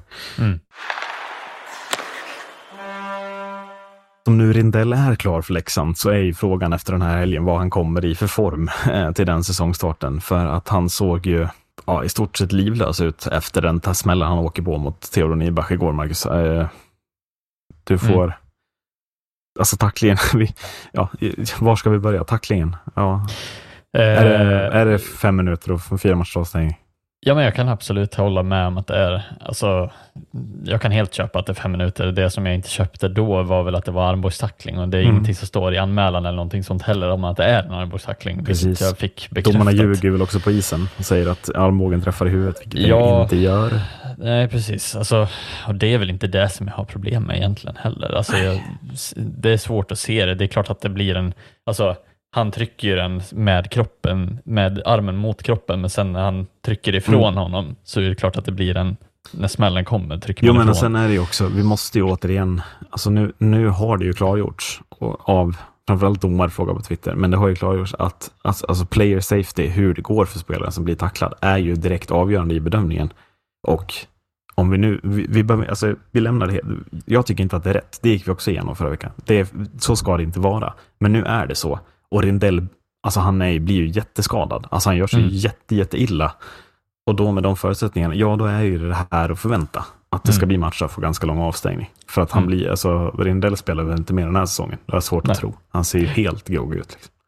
Om nu Rindell är klar för Leksand, så är ju frågan efter den här helgen vad han kommer i för form till den säsongstarten. För att han såg ju i stort sett livlös ut efter den smällen han åker på mot Theodor Nybach igår, Marcus. Du får... Alltså tacklingen... var ska vi börja? Tacklingen? Ja. Är det 5 minuter och 4 matchers avstängning? Ja, men jag kan absolut hålla med om att det är, alltså, jag kan helt köpa att det är 5 minuter. Det som jag inte köpte då var väl att det var armbågstackling, och det är ingenting som står i anmälan eller någonting sånt heller om att det är en armbågstackling. Precis. Jag fick bekräftat. Domarna ljuger väl också på isen och säger att armbågen träffar i huvudet, vilket det inte gör. Nej, precis. Alltså, och det är väl inte det som jag har problem med egentligen heller. Alltså, det är svårt att se det. Det är klart att det blir en... Alltså, han trycker den med kroppen, med armen mot kroppen, men sen när han trycker ifrån honom så är det klart att det blir när smällen kommer, trycker man ifrån. Men sen är det ju också, vi måste ju återigen, alltså nu har det ju klargjorts av framförallt domarfråga på Twitter, men det har ju klargjorts att alltså player safety, hur det går för spelaren som blir tacklad, är ju direkt avgörande i bedömningen. Och om vi nu, vi lämnar det. Jag tycker inte att det är rätt. Det gick vi också igenom förra veckan. Så ska det inte vara. Men nu är det så. Och Rindell, alltså han blir ju jätteskadad. Alltså han gör sig jätte illa. Och då med de förutsättningarna, då är ju det här att förvänta. Att det ska bli matcher för ganska lång avstängning. För att han blir, alltså Rindell spelar väl inte mer den här säsongen. Det är svårt att tro. Han ser ju helt grogg ut. Liksom.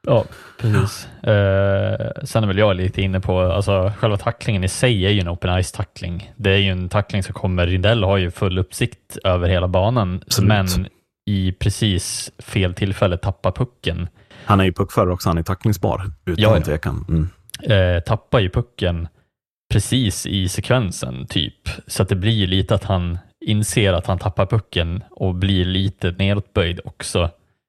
Ja, precis. Sen är väl jag lite inne på, alltså själva tacklingen i sig är ju en open ice-tackling. Det är ju en tackling som kommer, Rindell har ju full uppsikt över hela banan, absolut, men i precis fel tillfälle tappar pucken. Han är ju puckförare också, han är tacklingsbar utan tvekan. Tappar ju pucken precis i sekvensen typ, så att det blir lite att han inser att han tappar pucken och blir lite nedåtböjd också.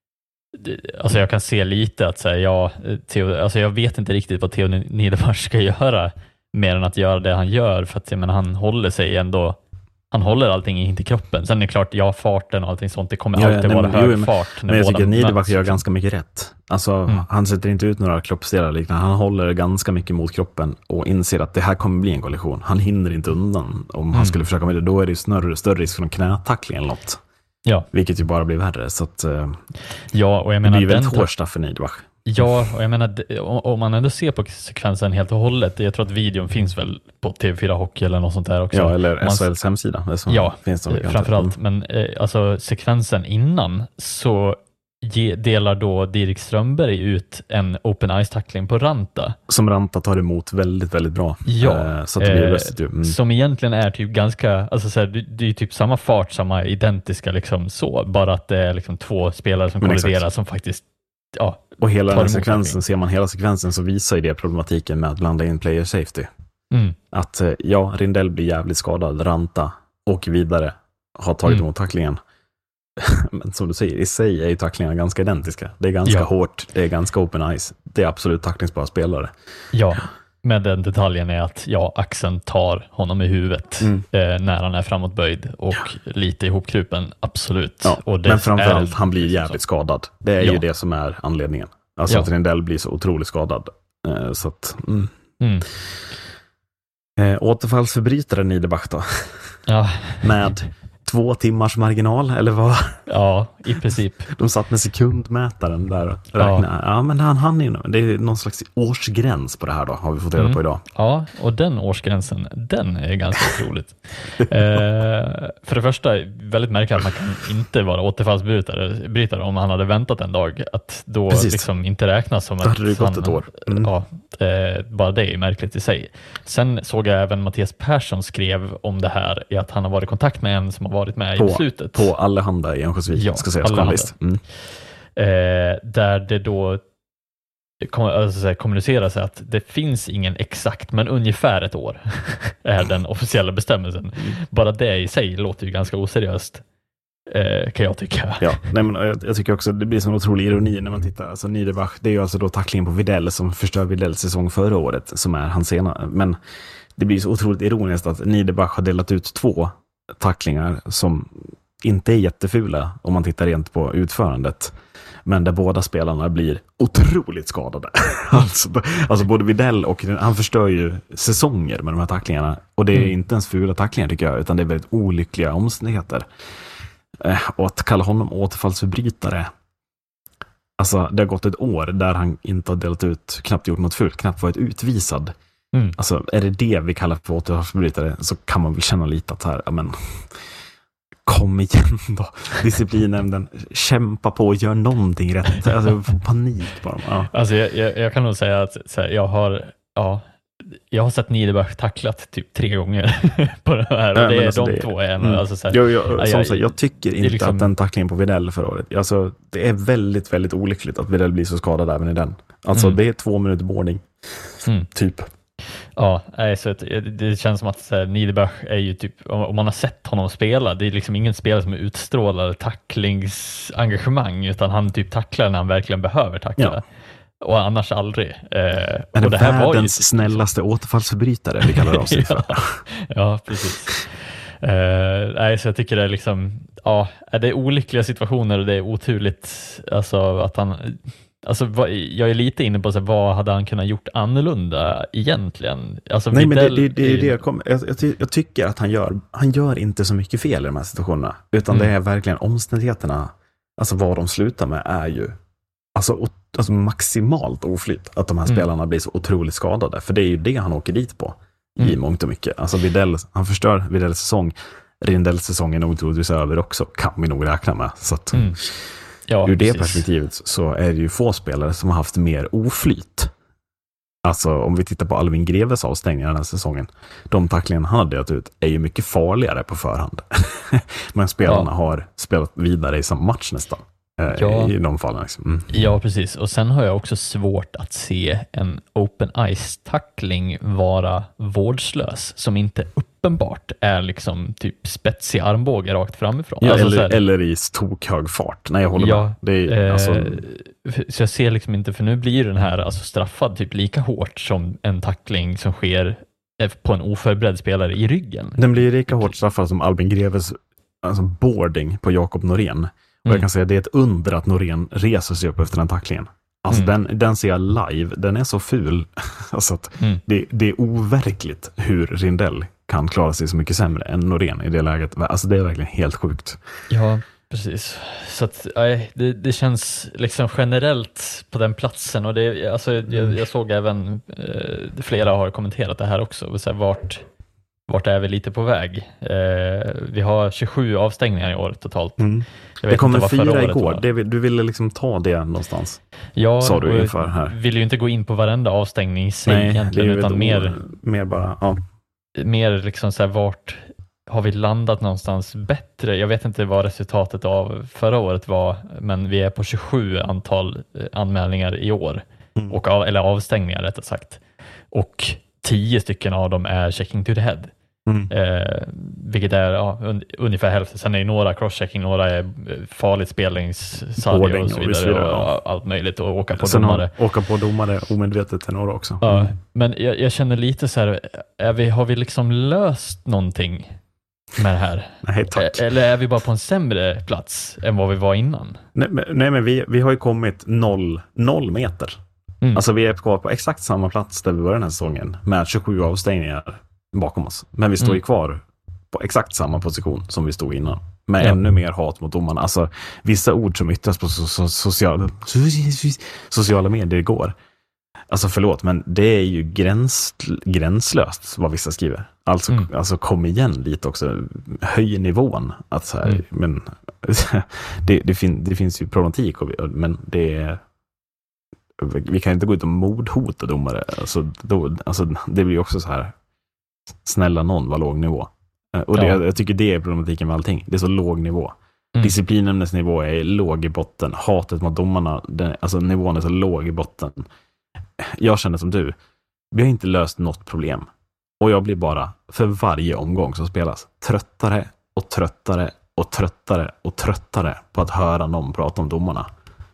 Alltså jag kan se lite att säga, alltså jag vet inte riktigt vad Theo Niederbach ska göra mer än att göra det han gör, för att jag menar, han håller sig ändå, han håller allting in till kroppen. Sen är det klart, farten och allting sånt, det kommer alltid vara hög fart. Men jag tycker att Niederbach gör ganska mycket rätt. Alltså han sätter inte ut några kroppsdelar liknande. Han håller ganska mycket mot kroppen och inser att det här kommer bli en kollision. Han hinner inte undan. Om han skulle försöka med det, då är det större risk för en knätackling eller något. Ja. Vilket ju bara blir värre. Så att, och jag menar, det blir väldigt hård straff för Niederbach. Ja, och jag menar, om man ändå ser på sekvensen helt och hållet, jag tror att videon finns väl på TV4 Hockey eller något sånt där också. Ja, eller SHLs hemsida. Ja, finns det framförallt. Men alltså sekvensen innan så delar då Dirk Strömberg ut en open ice-tackling på Ranta. Som Ranta tar emot väldigt, väldigt bra. Ja, så att det blir röstigt. Som egentligen är typ ganska, alltså så här, det är typ samma fart, samma identiska liksom så, bara att det är liksom två spelare som kolliderar som faktiskt och hela den här sekvensen, ser man hela sekvensen så visar ju det problematiken med att blanda in player safety. Att Rindell blir jävligt skadad, Ranta och vidare har tagit emot tacklingen. Men som du säger, i sig är ju tacklingarna ganska identiska. Det är ganska hårt, det är ganska open ice. Det är absolut tacklingsbara spelare. Ja, men den detaljen är att axeln tar honom i huvudet när han är framåtböjd och lite ihopkrupen, absolut. Ja, och men framförallt han blir jävligt skadad. Det är ju det som är anledningen. Alltså att Rindell blir så otroligt skadad. Så att återfallsförbrytare Niederbach då. Ja. Med 2 timmars marginal, eller vad? Ja, i princip. De satt med sekundmätaren där och räknade. Ja, men han det är någon slags årsgräns på det här då, har vi fått reda på idag. Ja, och den årsgränsen, den är ganska otroligt. För det första, väldigt märkligt att man kan inte vara återfallsbrytare om han hade väntat en dag. Att då liksom inte räknas som att hade det gått ett år. Ja, bara det är märkligt i sig. Sen såg jag även Mattias Persson skrev om det här, i att han har varit i kontakt med en som har varit med i slutet. På Allehanda i Örnsköldsvik, ska säga journalist. Där det då kommuniceras att det finns ingen exakt, men ungefär ett år är den officiella bestämmelsen. Bara det i sig låter ju ganska oseriöst, kan jag tycka. Ja, nej, men jag tycker också det blir som en otrolig ironi när man tittar. Alltså Niederbach, det är ju alltså då tacklingen på Widell som förstör Widells säsong förra året, som är hans sena. Men det blir så otroligt ironiskt att Niederbach har delat ut 2 tacklingar som inte är jättefula om man tittar rent på utförandet, men där båda spelarna blir otroligt skadade. alltså både Widell och han förstör ju säsonger med de här tacklingarna, och det är inte ens fula tacklingar tycker jag, utan det är väldigt olyckliga omständigheter. Och att kalla honom återfallsförbrytare, alltså det har gått ett år där han inte har delat ut, knappt gjort något fult, knappt varit utvisad. Alltså är det vi kallar för återfallsförbrytare, så kan man väl känna lite att här, men kom igen då, disciplinnämnden, kämpa på och gör någonting rätt. Alltså panik bara. Ja. Alltså jag kan nog säga att så här, jag har sett Niederbach tacklat typ 3 gånger på det här, och det är de 2 alltså så här, jag tycker inte liksom att den tacklingen på Widell förra året, alltså det är väldigt, väldigt olyckligt att Widell blir så skadad även i den. Alltså det är 2 minuter boarding typ. Ja, så det känns som att Niederbach är ju typ, om man har sett honom spela, det är liksom ingen spelare som utstrålar tacklingsengagemang, utan han typ tacklar när han verkligen behöver tackla. Och annars aldrig. Men det här var världens snällaste återfallsförbrytare, vi kallar det oss för. Ja, precis. Så jag tycker det är liksom, det är olyckliga situationer och det är oturligt, alltså att han, alltså jag är lite inne på så här, vad hade han kunnat gjort annorlunda egentligen? Alltså, nej, men det är det jag kommer. Jag tycker att han gör inte så mycket fel i de här situationerna, utan det är verkligen omständigheterna, alltså vad de slutar med är ju alltså maximalt oflyt, att de här spelarna blir så otroligt skadade, för det är ju det han åker dit på i mångt och mycket. Alltså Widell, han förstör Widells säsong. Rindells säsong är nog troligtvis över också, kan vi nog räkna med. Så att, ur det perspektivet så är det ju få spelare som har haft mer oflyt. Alltså om vi tittar på Albin Greves avstängningar den här säsongen, de tacklingarna han har delat ut är ju mycket farligare på förhand. Men spelarna har spelat vidare i samma match nästan. I de fallen. Liksom. Ja, precis. Och sen har jag också svårt att se en open ice-tackling vara vårdslös, som inte uppenbart är liksom typ spetsig armbåge rakt framifrån. Ja, alltså, eller i tokhög fart. Nej, jag håller med. Det är, så jag ser liksom inte, för nu blir den här alltså straffad typ lika hårt som en tackling som sker på en oförberedd spelare i ryggen. Den blir lika hårt straffad som Albin Greves boarding på Jakob Norén. Och jag kan säga att det är ett under att Norén reser sig upp efter den tacklingen. Alltså den ser jag live. Den är så ful. Alltså att det är overkligt hur Rindell kan klara sig så mycket sämre än Norén i det läget. Alltså det är verkligen helt sjukt. Ja, precis. Så att det känns liksom generellt på den platsen. Och det, alltså, jag såg även flera har kommenterat det här också. Så här, vart är vi lite på väg? Vi har 27 avstängningar i år totalt. Det kommer 4 igår. Du ville liksom ta det någonstans. Ja, sa du inför här. Vill ju inte gå in på varenda avstängning i sig egentligen, utan mer bara, ja. Mer liksom så här, vart har vi landat någonstans bättre? Jag vet inte vad resultatet av förra året var, men vi är på 27 antal anmälningar i år. Eller avstängningar rättare sagt. Och 10 stycken av dem är checking to the head. Vilket är ungefär hälften. Sen är det några crosschecking, några är farligt spelningssadie och så vidare. Och allt möjligt. Och åka på domare. Åka på domare omedvetet till några också. Ja, men jag känner lite så här, har vi liksom löst någonting med det här? Nej, tack. Eller är vi bara på en sämre plats än vad vi var innan? Nej, men vi har ju kommit 0 meter. Alltså vi är kvar på exakt samma plats där vi var den här säsongen med 27 avstängningar bakom oss. Men vi står ju kvar på exakt samma position som vi stod innan. Med ännu mer hat mot domarna. Alltså vissa ord som yttras på sociala medier igår. Alltså förlåt, men det är ju gränslöst vad vissa skriver. Alltså kom igen lite också. Höj nivån. Att så här, men det finns ju problematik, men det är... Vi kan inte gå ut och mordhota domare. Alltså det blir också så här, snälla någon, var låg nivå. Och jag tycker det är problematiken med allting. Det är så låg nivå. Disciplinämnesnivå är låg i botten. Hatet mot domarna, alltså nivån är så låg i botten. Jag känner som du. Vi har inte löst något problem. Och jag blir bara, för varje omgång som spelas, tröttare och tröttare och tröttare och tröttare på att höra någon prata om domarna.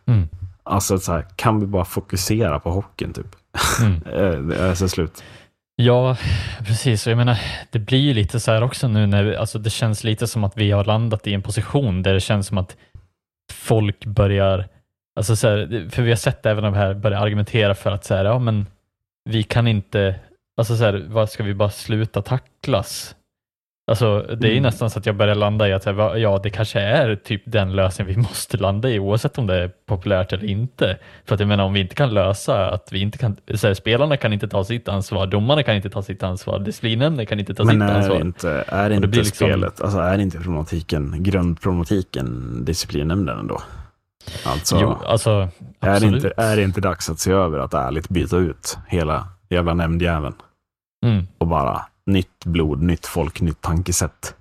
Alltså så här, kan vi bara fokusera på hockeyn typ? Det är så slut. Ja, precis. Och jag menar, det blir ju lite så här också nu när alltså det känns lite som att vi har landat i en position där det känns som att folk börjar, alltså så här, för vi har sett även de här börja argumentera för att så här, ja men vi kan inte, alltså så här, vad ska vi bara sluta tacklas? Alltså det är ju nästan så att jag börjar landa i att ja, det kanske är typ den lösningen vi måste landa i, oavsett om det är populärt eller inte. För att jag menar, om vi inte kan lösa att vi inte kan, så här, spelarna kan inte ta sitt ansvar, domarna kan inte ta sitt ansvar, disciplinämnden kan inte ta sitt ansvar. Men är inte liksom, spelet, alltså är inte grundproblematiken disciplinnämnden ändå? Alltså, jo, alltså är det inte dags att se över att ärligt byta ut hela jävla nämndjäveln? Och bara nytt blod, nytt folk, nytt tankesätt.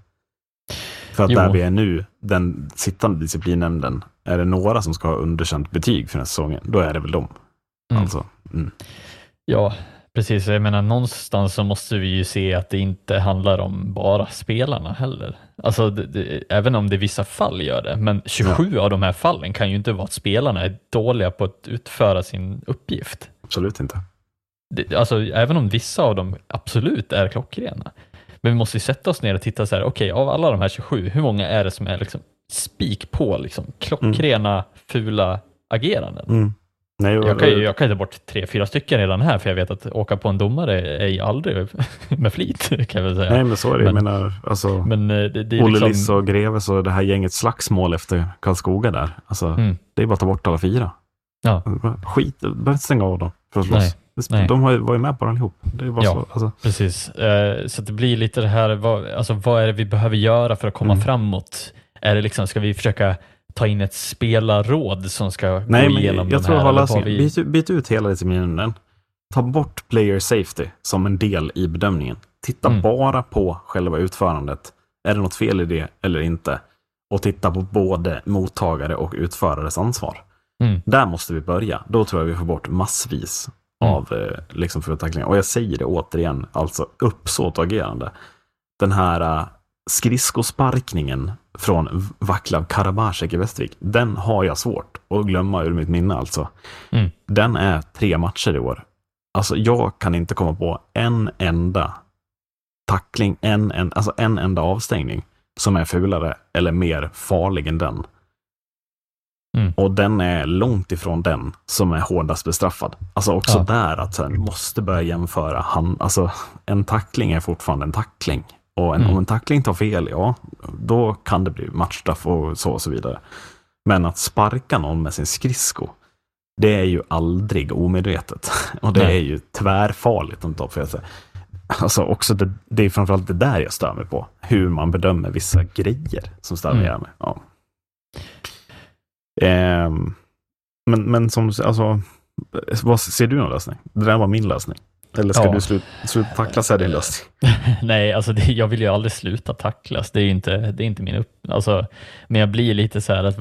För att där vi är nu, den sittande disciplinnämnden, är det några som ska ha underkänt betyg för den här säsongen, då är det väl dem. Alltså. Ja, precis. Jag menar, någonstans så måste vi ju se att det inte handlar om bara spelarna heller. Alltså, även om det i vissa fall gör det. Men 27 av de här fallen kan ju inte vara att spelarna är dåliga på att utföra sin uppgift. Absolut inte. Alltså, även om vissa av dem absolut är klockrena. Men vi måste ju sätta oss ner och titta så här, okej, av alla de här 27, hur många är det som är liksom spik på liksom klockrena, fula ageranden? Nej, jag kan ta bort 3-4 stycken redan här, för jag vet att åka på en domare är ju aldrig med flit, kan jag väl säga. Nej, men så är det. Jag menar, alltså, det är Olle Liss och Greves och det här gänget slagsmål efter Karlskoga där. Alltså, det är bara att ta bort alla 4. Ja. Skit, behöver inte stänga av dem för att slåss. Nej. De var ju med på allihop. Det är bara så, alltså. Precis. Så det blir lite det här, vad är det vi behöver göra för att komma framåt? Är det liksom, ska vi försöka ta in ett spelarråd som ska gå igenom jag tror byt ut hela disciplinen. Ta bort player safety som en del i bedömningen. Titta bara på själva utförandet. Är det något fel i det eller inte? Och titta på både mottagare och utförares ansvar. Där måste vi börja. Då tror jag vi får bort massvis av liksom förtacklingar. Och jag säger det återigen, alltså uppsåt och agerande. Den här skridskosparkningen från Vaclav Karabasek i Västervik, den har jag svårt att glömma ur mitt minne alltså. Den är 3 matcher i år. Alltså jag kan inte komma på en enda tackling, en enda avstängning som är fulare eller mer farlig än den. Och den är långt ifrån den som är hårdast bestraffad. Alltså också där att så här, måste börja jämföra. Alltså en tackling är fortfarande en tackling. Och om en tackling tar fel, då kan det bli matchstraff och så vidare. Men att sparka någon med sin skridsko, det är ju aldrig omedvetet. Och det är ju tvärfarligt om det för alltså också det är framförallt det där jag stör mig på. Hur man bedömer vissa grejer som stör mig med. Ja. Men som, alltså, vad ser du någon lösning? Det där var min lösning. Eller ska du sluta tacklas här din lösning? Nej, alltså jag vill ju aldrig sluta tacklas. Det är inte min alltså, men jag blir lite så här att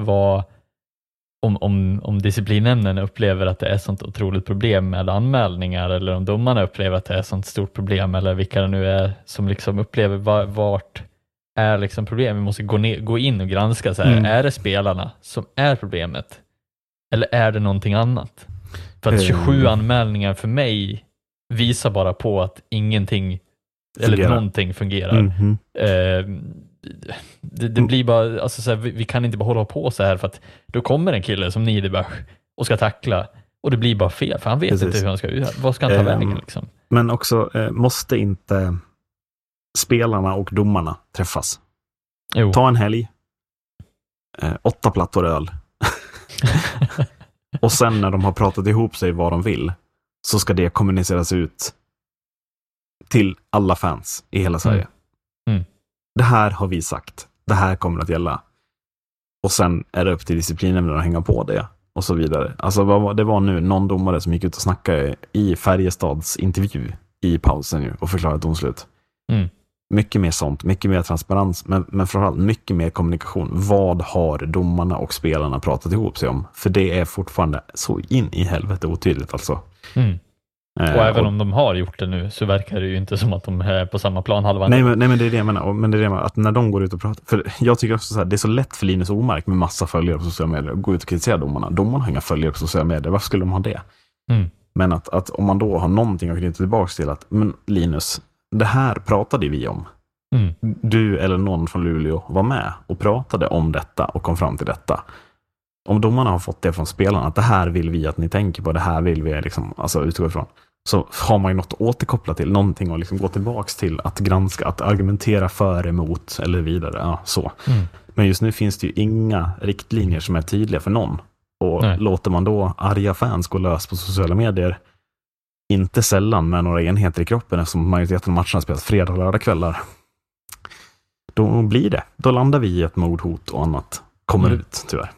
om disciplinämnen upplever att det är sånt otroligt problem med anmälningar, eller om domarna upplever att det är sånt stort problem, eller vilka det nu är som liksom upplever vart är liksom problem. Vi måste gå in och granska så här. Är det spelarna som är problemet? Eller är det någonting annat? För att 27 anmälningar för mig visar bara på att ingenting eller någonting fungerar. Det blir bara, alltså så här, vi kan inte bara hålla på så här, för att då kommer en kille som Niederbach och ska tackla, och det blir bara fel, för han vet inte hur han ska göra. Vad ska han ta vägen liksom? Men också, måste inte spelarna och domarna träffas? Jo. Ta en helg, 8 plattor öl och sen när de har pratat ihop sig vad de vill, så ska det kommuniceras ut till alla fans i hela Sverige. Det här har vi sagt. Det här kommer att gälla. Och sen är det upp till disciplinen att hänga på det. Och så vidare. Alltså det var nu någon domare som gick ut och snackade i Färjestads intervju i pausen nu och förklarade domslut. Mycket mer sånt. Mycket mer transparens. Men framförallt mycket mer kommunikation. Vad har domarna och spelarna pratat ihop sig om? För det är fortfarande så in i helvete otydligt alltså. Och även om de har gjort det nu, så verkar det ju inte som att de är på samma plan halva. Nej, men det är det jag menar. Men det är det jag menar, att när de går ut och pratar, för jag tycker också så här, det är så lätt för Linus Omark med massa följare på sociala medier att gå ut och kritisera domarna. Domarna har inga följare på sociala medier, varför skulle de ha det? Men att om man då har någonting att knyta tillbaka till, att men Linus, det här pratade vi om. Du eller någon från Luleå var med och pratade om detta och kom fram till detta. Om domarna har fått det från spelarna, att det här vill vi att ni tänker på, det här vill vi liksom, alltså utgå ifrån, så har man ju något att återkoppla till, någonting att liksom gå tillbaks till, att granska, att argumentera för, emot eller vidare, så. Men just nu finns det ju inga riktlinjer som är tydliga för någon, och låter man då arga fans gå lös på sociala medier, inte sällan med några enheter i kroppen, eftersom majoriteten av matcherna spelas fredag och lördagskvällar, då landar vi i ett mordhot och annat kommer ut, tyvärr.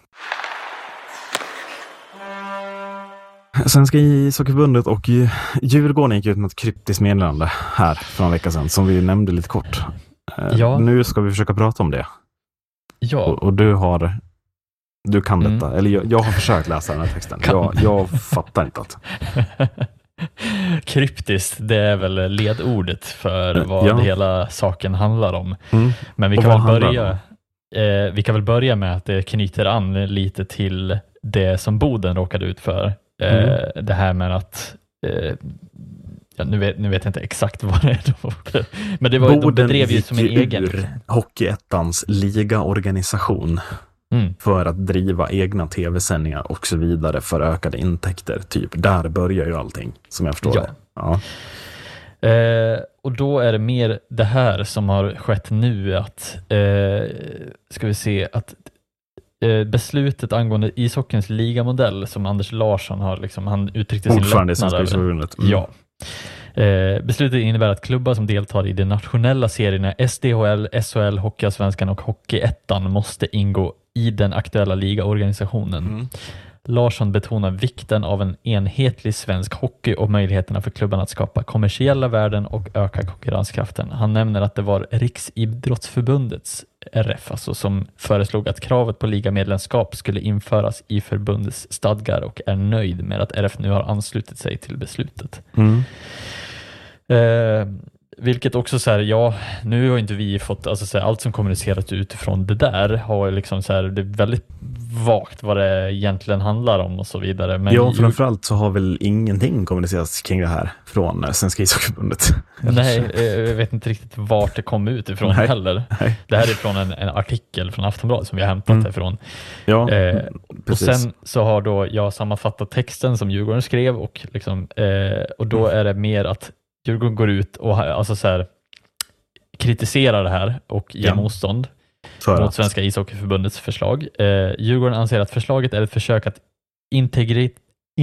Svenska ishockeyförbundet och Djurgården gick ut med ett kryptiskt meddelande här för en vecka sedan, som vi nämnde lite kort. Nu ska vi försöka prata om det. Ja. Och du kan detta. Eller jag har försökt läsa den här texten. Jag fattar inte allt. Kryptiskt, det är väl ledordet för vad hela saken handlar om. Men vi kan väl börja med att det knyter an lite till det som Boden råkade ut för. Det här med att nu vet jag inte exakt vad det är. Men det var, de bedrev ju som en egen Hockeyettans ligaorganisation för att driva egna tv-sändningar och så vidare för ökade intäkter. Typ, där börjar ju allting, som jag förstår det. Ja. Och då är det mer det här som har skett nu, att ska vi se, att beslutet angående ishockeyns ligamodell som Anders Larsson har liksom, han uttryckte sin ordförande i Svenska ishockeyförbundet. Ja. Beslutet innebär att klubbar som deltar i de nationella serierna SDHL, SHL, Hockeyallsvenskan och Hockeyettan måste ingå i den aktuella ligaorganisationen. Larsson betonar vikten av en enhetlig svensk hockey och möjligheterna för klubbarna att skapa kommersiella värden och öka konkurrenskraften. Han nämner att det var Riksidrottsförbundets RF alltså, som föreslog att kravet på ligamedlemskap skulle införas i förbundets stadgar och är nöjd med att RF nu har anslutit sig till beslutet. Vilket också så här, nu har inte vi fått, alltså så här, allt som kommunicerat utifrån det där har liksom så här, det är väldigt vagt vad det egentligen handlar om och så vidare. Men framförallt så har väl ingenting kommunicerats kring det här från Svenska ishockeyförbundet. Nej, jag vet inte riktigt vart det kom ut ifrån heller. Nej. Det här är från en artikel från Aftonbladet som vi har hämtat ifrån. Ja, och sen så har då jag sammanfattat texten som Djurgården skrev och, liksom, och då är det mer att Djurgården går ut och alltså så här, kritiserar det här och ger motstånd mot Svenska ishockeyförbundets förslag. Djurgården anser att förslaget är ett försök att integrera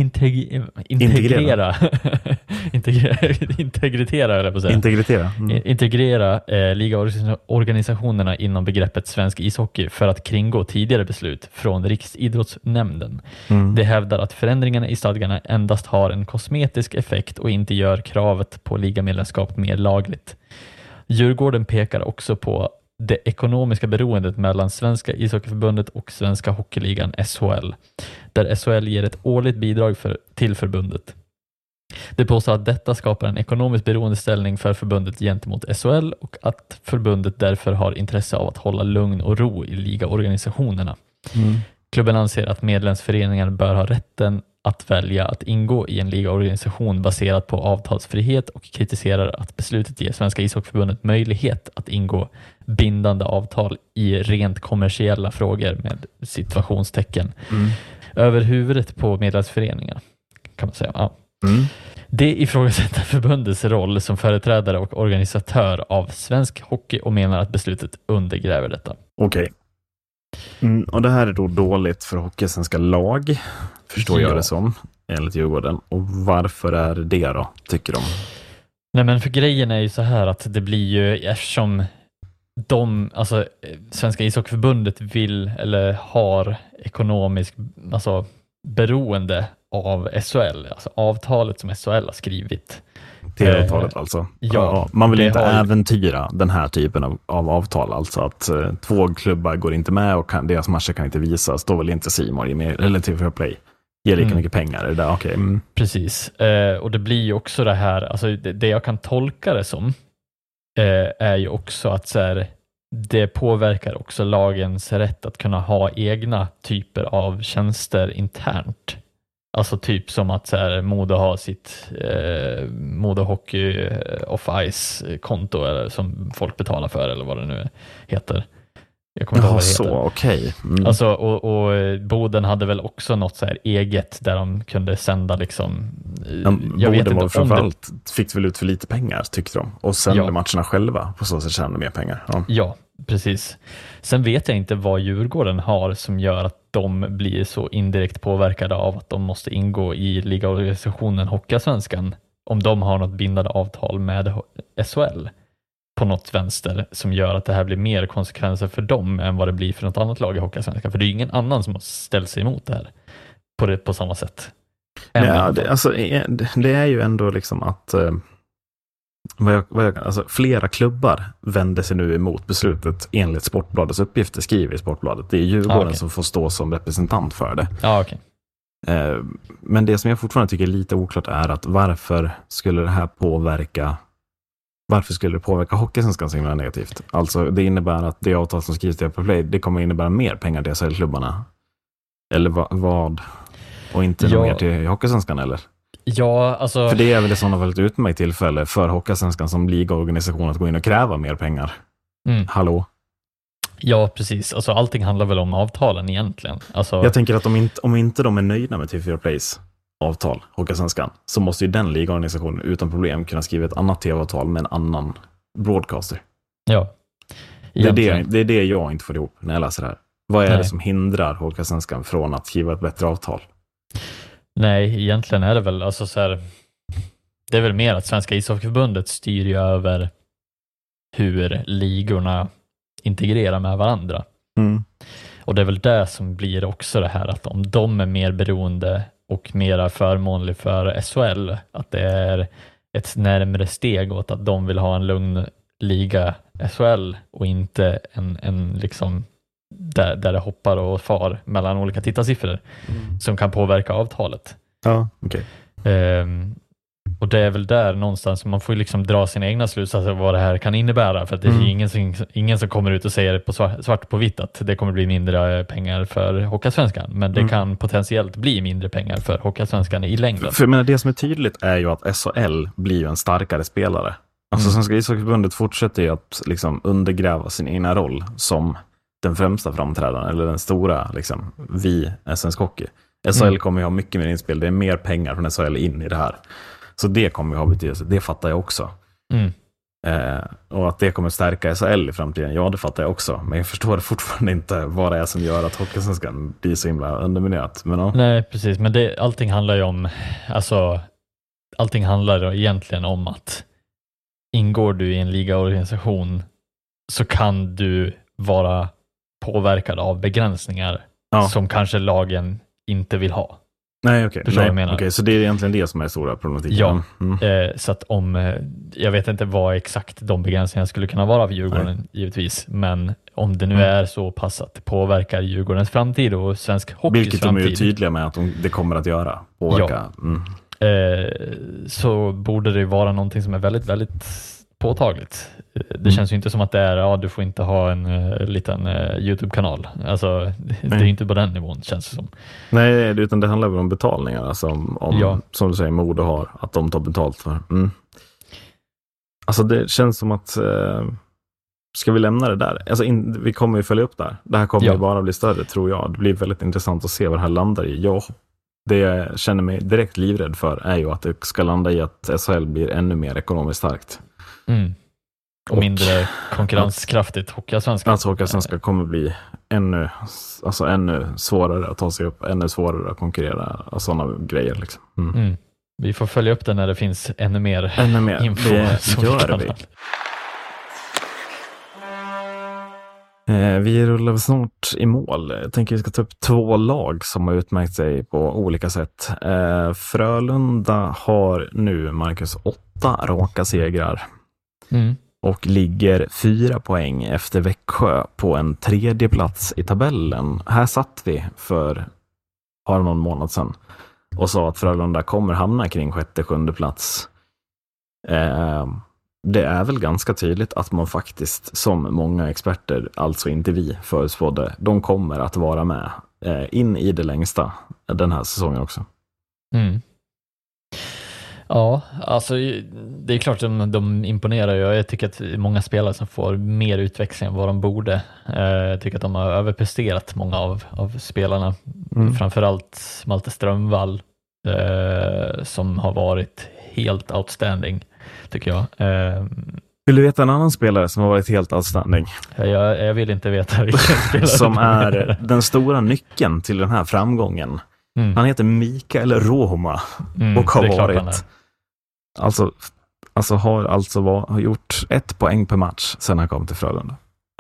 ligaorganisationerna inom begreppet svensk ishockey för att kringgå tidigare beslut från Riksidrottsnämnden. Det hävdar att förändringarna i stadgarna endast har en kosmetisk effekt och inte gör kravet på ligamedlemskap mer lagligt. Djurgården pekar också på det ekonomiska beroendet mellan Svenska ishockeyförbundet och Svenska hockeyligan SHL, där SHL ger ett årligt bidrag till förbundet. Det påstår att detta skapar en ekonomisk beroendeställning för förbundet gentemot SHL och att förbundet därför har intresse av att hålla lugn och ro i ligaorganisationerna. Klubben anser att medlemsföreningar bör ha rätten att välja att ingå i en ligaorganisation baserat på avtalsfrihet och kritiserar att beslutet ger Svenska ishockeyförbundet möjlighet att ingå bindande avtal i rent kommersiella frågor med situationstecken över huvudet på medlemsföreningar, kan man säga. Ja. Det ifrågasätter förbundets roll som företrädare och organisatör av svensk hockey och menar att beslutet undergräver detta. Okej. Och det här är då dåligt för hockeysvenska lag, förstår jag det som, enligt Djurgården. Och varför är det då, tycker de? Nej, men för grejen är ju så här att det blir ju, eftersom Svenska ishockeyförbundet vill eller har ekonomisk beroende av SHL, alltså avtalet som SHL har skrivit. TV-avtalet alltså. Ja, man vill inte äventyra den här typen av avtal, alltså att två klubbar går inte med och deras matcher kan inte visas, då vill inte C More eller TV4 Play ge lika mycket pengar. Är det där? Okay. Precis, och det blir ju också det här, alltså det jag kan tolka det som är ju också att så här, det påverkar också lagens rätt att kunna ha egna typer av tjänster internt. Alltså typ som att så här, Modo har sitt Modo Hockey Off-Ice-konto eller som folk betalar för eller vad det nu heter. Jag kommer inte ihåg vad det heter. Så, okej. Alltså, och Boden hade väl också något så här eget där de kunde sända liksom... Jag vet inte, framförallt fick väl ut för lite pengar, tyckte de. Och sände matcherna själva, på så sätt tjänade mer pengar. Ja, precis. Sen vet jag inte vad Djurgården har som gör att de blir så indirekt påverkade av att de måste ingå i ligaorganisationen Hockeyallsvenskan, om de har något bindande avtal med SHL på något vänster som gör att det här blir mer konsekvenser för dem än vad det blir för något annat lag i Hockeyallsvenskan. För det är ju ingen annan som har ställt sig emot det här på samma sätt. Ja, det är ju ändå liksom att flera klubbar vänder sig nu emot beslutet enligt Sportbladets uppgifter, skriver i Sportbladet. Det är Djurgården som får stå som representant för det. Ja, okej. Men det som jag fortfarande tycker är lite oklart är att varför skulle det påverka Hockeyallsvenskan så himla negativt? Alltså det innebär att det avtal som skrivs till Play, det kommer innebära mer pengar till SHL-klubbarna. Eller vad? Och inte mer till Hockeyallsvenskan eller? Ja, alltså... För det är väl ett sådant väldigt utmärkt tillfälle för Hockeyallsvenskan som ligaorganisation att gå in och kräva mer pengar. Hallå? Ja, precis. Alltså allting handlar väl om avtalen egentligen. Alltså... Jag tänker att om inte de är nöjda med TV4 Plays avtal, Hockeyallsvenskan, så måste ju den ligaorganisationen utan problem kunna skriva ett annat tv-avtal med en annan broadcaster. Ja. Det är det jag inte får ihop när jag läser det här. Vad är det som hindrar Hockeyallsvenskan från att skriva ett bättre avtal? Nej, egentligen är det väl alltså så här, det är väl mer att Svenska ishockeyförbundet styr ju över hur ligorna integrerar med varandra. Och det är väl det som blir också det här att om de är mer beroende och mera förmånlig för SHL, att det är ett närmare steg åt att de vill ha en lugn liga SHL och inte en liksom där det hoppar och far mellan olika tittarsiffror som kan påverka avtalet. Ja, okej. Och det är väl där någonstans man får liksom dra sina egna slutsatser vad det här kan innebära, för att det är ingen som kommer ut och säger på svart på vitt att det kommer bli mindre pengar för Hockeyallsvenskan, men det kan potentiellt bli mindre pengar för Hockeyallsvenskan i längden. För jag menar, det som är tydligt är ju att SHL blir ju en starkare spelare. Alltså Svenska ishockeyförbundet fortsätter ju att liksom undergräva sin egna roll som den främsta framträdaren, eller den stora liksom, svensk hockey. SHL kommer ju ha mycket mer inspel, det är mer pengar från SHL in i det här. Så det kommer ju ha betydelse, det fattar jag också. Och att det kommer stärka SHL i framtiden, ja det fattar jag också. Men jag förstår fortfarande inte vad det är som gör att Hockeyallsvenskan blir så himla underminerat. Men, ja. Nej, precis. Men allting handlar ju om, alltså allting handlar egentligen om att ingår du i en ligaorganisation så kan du vara påverkad av begränsningar som kanske lagen inte vill ha. Nej, okej. Så det är egentligen det som är stora problematiken. Ja, så att jag vet inte vad exakt de begränsningarna skulle kunna vara för Djurgården, givetvis. Men om det nu är så pass att det påverkar Djurgårdens framtid och svensk hockeys vilket framtid. Vilket de är ju tydliga med att det kommer att göra. Påverka. Så borde det vara någonting som är väldigt, väldigt påtagligt. Det känns ju inte som att det är du får inte ha en liten YouTube-kanal. Alltså, det är inte på den nivån, känns det som. Nej, utan det handlar väl om betalningar. Alltså om som du säger, Modo har, att de tar betalt för. Alltså det känns som att ska vi lämna det där? Alltså vi kommer ju följa upp där. Det här kommer ju bara bli större, tror jag. Det blir väldigt intressant att se vad det här landar i. Det jag känner mig direkt livrädd för är ju att det ska landa i att SHL blir ännu mer ekonomiskt starkt. Och mindre konkurrenskraftigt Hockeyallsvenskan. Alltså Hockeyallsvenskan kommer bli ännu svårare att ta sig upp, ännu svårare att konkurrera och sådana grejer liksom. Vi får följa upp det när det finns ännu mer info. Det gör vi. Vi rullar snart i mål. Jag tänker vi ska ta upp 2 lag som har utmärkt sig på olika sätt. Frölunda har nu, Marcus, 8 raka segrar. Och ligger 4 poäng efter Växjö på en 3:e plats i tabellen. Här satt vi för någon månad sedan och sa att Frölunda kommer hamna kring 6:e, 7:e plats. Det är väl ganska tydligt att man faktiskt, som många experter, alltså inte vi, förutspådde, de kommer att vara med in i det längsta den här säsongen också. Ja, alltså det är klart att de imponerar ju. Jag tycker att många spelare som får mer utväxling än vad de borde. Jag tycker att de har överpresterat många av spelarna. Framförallt Malte Strömvall som har varit helt outstanding, tycker jag. Vill du veta en annan spelare som har varit helt outstanding? Jag vill inte veta vilken spelare. Som är den stora nyckeln till den här framgången. Han heter Mikael Rohoma och har varit har gjort 1 poäng per match sedan han kom till Frölunda.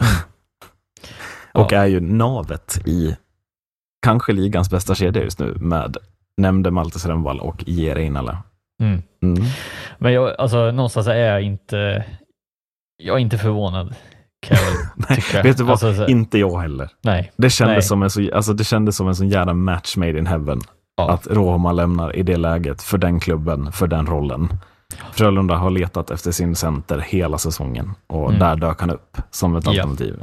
Och är ju navet i kanske ligans bästa kedja just nu med nämnde Malte Strömvall och J.R. Einala. Men någonstans är jag inte förvånad. Nej, vet du vad? Inte jag heller. Nej. Det kändes som en sån jävla match made in heaven. Att Rohoma lämnar i det läget för den klubben, för den rollen. Frölunda har letat efter sin center hela säsongen och där dök han upp som ett alternativ.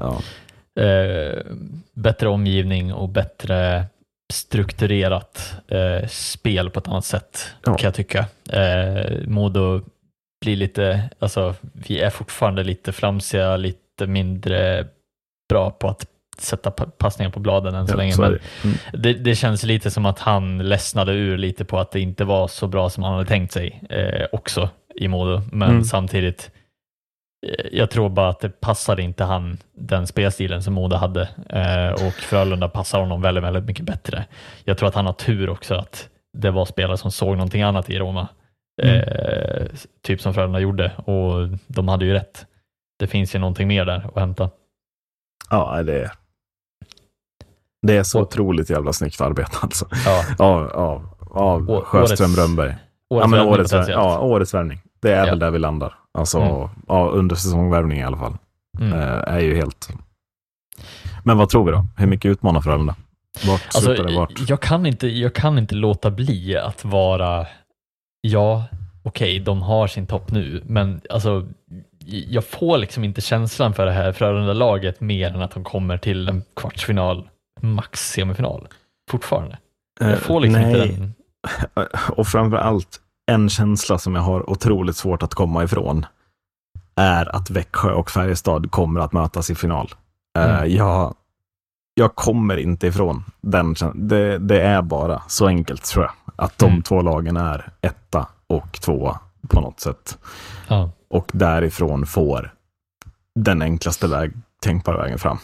Bättre omgivning och bättre strukturerat spel på ett annat sätt, kan jag tycka. Modo blir lite, vi är fortfarande lite flamsiga, lite mindre bra på att sätta passningar på bladen än så länge. Men det känns lite som att han ledsnade ur lite på att det inte var så bra som han hade tänkt sig också i Modo. Men samtidigt, jag tror bara att det passade inte den spelstilen som Modo hade. Och Frölunda passar honom väldigt, väldigt mycket bättre. Jag tror att han har tur också att det var spelare som såg någonting annat i Roma typ som Frölunda gjorde, och de hade ju rätt. Det finns ju någonting mer där att hämta. Ja, det är så otroligt jävla snyggt arbete alltså. Av Sjöström Rönnberg. Årets värvning. Det är väl där vi landar. Alltså, under säsongvärvning i alla fall. Är ju helt... Men vad tror vi då? Hur mycket utmanar Frölunda? Jag kan inte låta bli att vara... Okej, de har sin topp nu, men alltså, jag får liksom inte känslan för det här Frölunda-laget mer än att de kommer till en kvartsfinal, max semifinal. Fortfarande. Jag får liksom inte den... Och framförallt en känsla som jag har otroligt svårt att komma ifrån är att Växjö och Färjestad kommer att mötas i final. Jag kommer inte ifrån den. Det är bara så enkelt, tror jag, att de två lagen är 1 och 2 på något sätt. Och därifrån får den enklaste tänkbara vägen fram.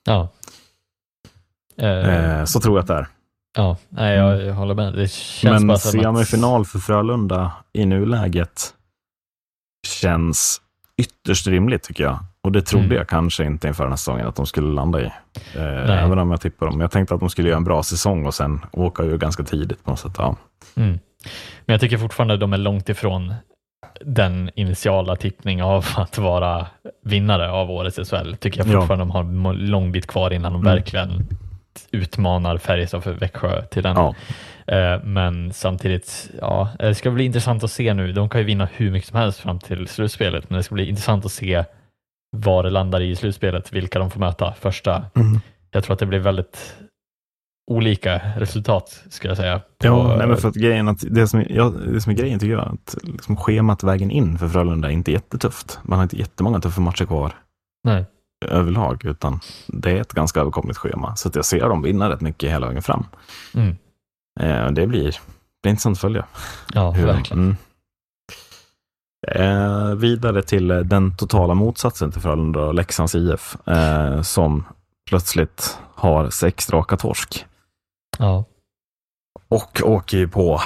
Så tror jag att det är. Ja, nej, jag håller med. Det känns men semifinal för Frölunda i nuläget känns ytterst rimligt, tycker jag. Och det trodde jag kanske inte inför den här säsongen att de skulle landa i. Även om jag tippar dem. Jag tänkte att de skulle göra en bra säsong och sen åka ju ganska tidigt på något sätt. Ja. Men jag tycker fortfarande att de är långt ifrån den initiala tippning av att vara vinnare av årets SHL. Tycker jag fortfarande de har en lång bit kvar innan de verkligen utmanar Färjestad för Växjö till den. Men samtidigt, det ska bli intressant att se nu. De kan ju vinna hur mycket som helst fram till slutspelet, men det ska bli intressant att se var det landar i slutspelet, vilka de får möta första. Jag tror att det blir väldigt olika resultat, skulle jag säga. Men för att grejen att det som är grejen, tycker jag, att liksom schemat vägen in för Frölunda är inte jättetufft. Man har inte jättemånga tuffa matcher kvar. Nej. Överlag, utan det är ett ganska överkomligt schema. Så att jag ser dem vinna rätt mycket hela vägen fram. Det blir intressant att följa. Ja, verkligen. Vidare till den totala motsatsen till Frölunda och Leksands IF, som plötsligt har 6 raka torsk. Och åker ju på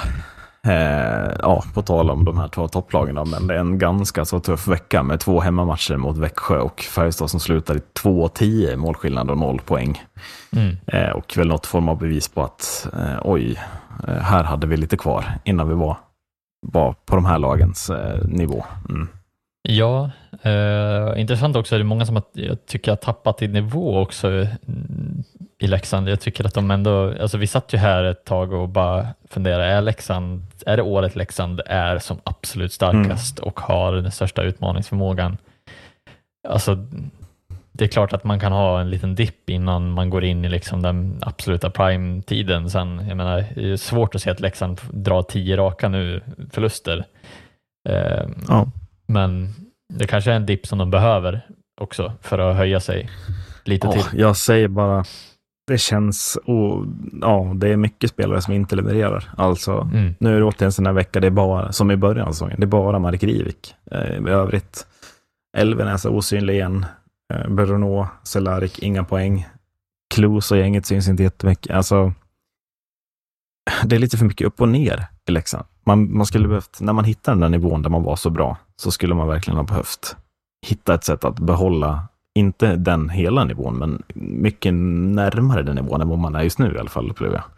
tal om de här 2 topplagen, men det är en ganska så tuff vecka med 2 hemmamatcher mot Växjö och Färjestad som slutar i 2-10 målskillnad och 0 poäng. Och väl något form av bevis på att här hade vi lite kvar innan vi var på de här lagens nivå. Ja, intressant också. Det är många som jag tycker har tappat i nivå också i Leksand. Jag tycker att de ändå, alltså vi satt ju här ett tag och bara funderade, är det året Leksand är som absolut starkast och har den största utmaningsförmågan? Alltså, det är klart att man kan ha en liten dipp innan man går in i liksom den absoluta prime-tiden. Sen, jag menar, det är svårt att se att Leksand drar 10 raka nu förluster. Men det kanske är en dipp som de behöver också för att höja sig lite till. Jag säger bara, det känns, det är mycket spelare som inte levererar. Alltså, nu är det återigen en sån här vecka, det är bara, som i början av säsongen, det är bara Mark Rivik. I övrigt, Elvenäs är osynlig igen. Beronå, Cehlárik, inga poäng. Klus och gänget syns inte jättemycket. Alltså, det är lite för mycket upp och ner i Leksand. Man skulle behövt, när man hittar den där nivån där man var så bra, så skulle man verkligen ha behövt hitta ett sätt att behålla, inte den hela nivån, men mycket närmare den nivån än vad man är just nu i alla fall, upplever jag.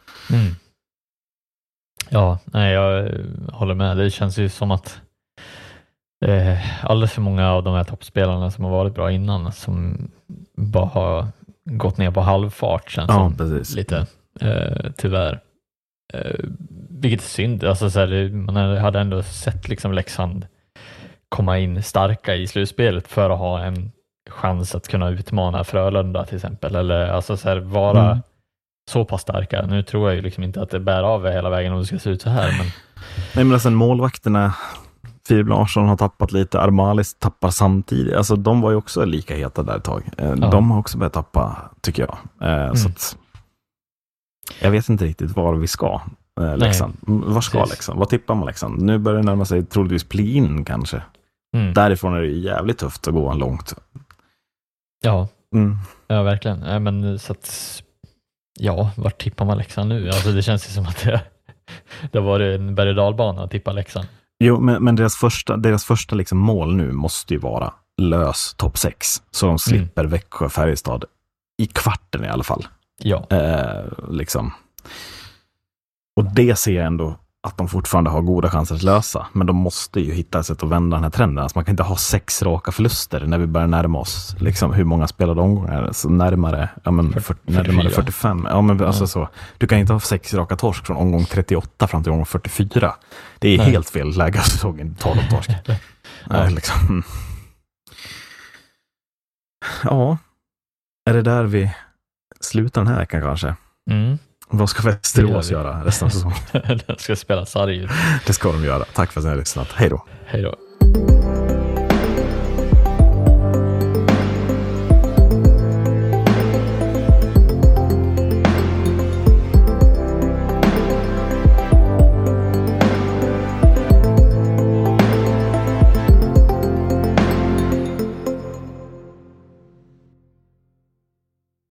Ja, nej, jag håller med. Det känns ju som att alldeles för många av de här toppspelarna som har varit bra innan, som bara har gått ner på halvfart, känns som precis. Lite, tyvärr. Vilket är synd. Alltså, så här, man hade ändå sett liksom Leksand komma in starka i slutspelet för att ha en chans att kunna utmana Frölunda till exempel, eller alltså så här, vara så pass starka. Nu tror jag ju liksom inte att det bär av hela vägen om det ska se ut så här. Nej, men alltså målvakterna, Filip Larsson har tappat lite, Armalis tappar samtidigt. Alltså de var ju också lika heta där ett tag. De har också börjat tappa, tycker jag. Så att, jag vet inte riktigt var vi ska. Leksand. Var ska Leksand? Vad tippar man Leksand? Nu börjar det närma sig troligtvis play-in kanske. Därifrån är det jävligt tufft att gå långt. Ja, ja verkligen. Men så att, vart tippar man Leksand nu? Alltså det känns ju som att det var en berg- och dalbana att tippa Leksand. Jo, men deras första liksom mål nu måste ju vara lös topp 6. Så de slipper Växjö, Färjestad i kvarten i alla fall. Ja. Liksom. Och det ser jag ändå att de fortfarande har goda chanser att lösa. Men de måste ju hitta ett sätt att vända den här trenden. Alltså man kan inte ha 6 raka förluster när vi börjar närma oss liksom, hur många spelade omgångar. Så närmare 45. Ja, men alltså så. Du kan inte ha 6 raka torsk från omgång 38 fram till omgång 44. Det är helt fel läge att säsongen tar de torsk. Liksom. Ja. Är det där vi slutar den här veckan kanske? Vad ska Västerås göra resten av säsongen? De ska spela sarg. Det ska de göra. Tack för att ni har lyssnat. Hej då. Hej då.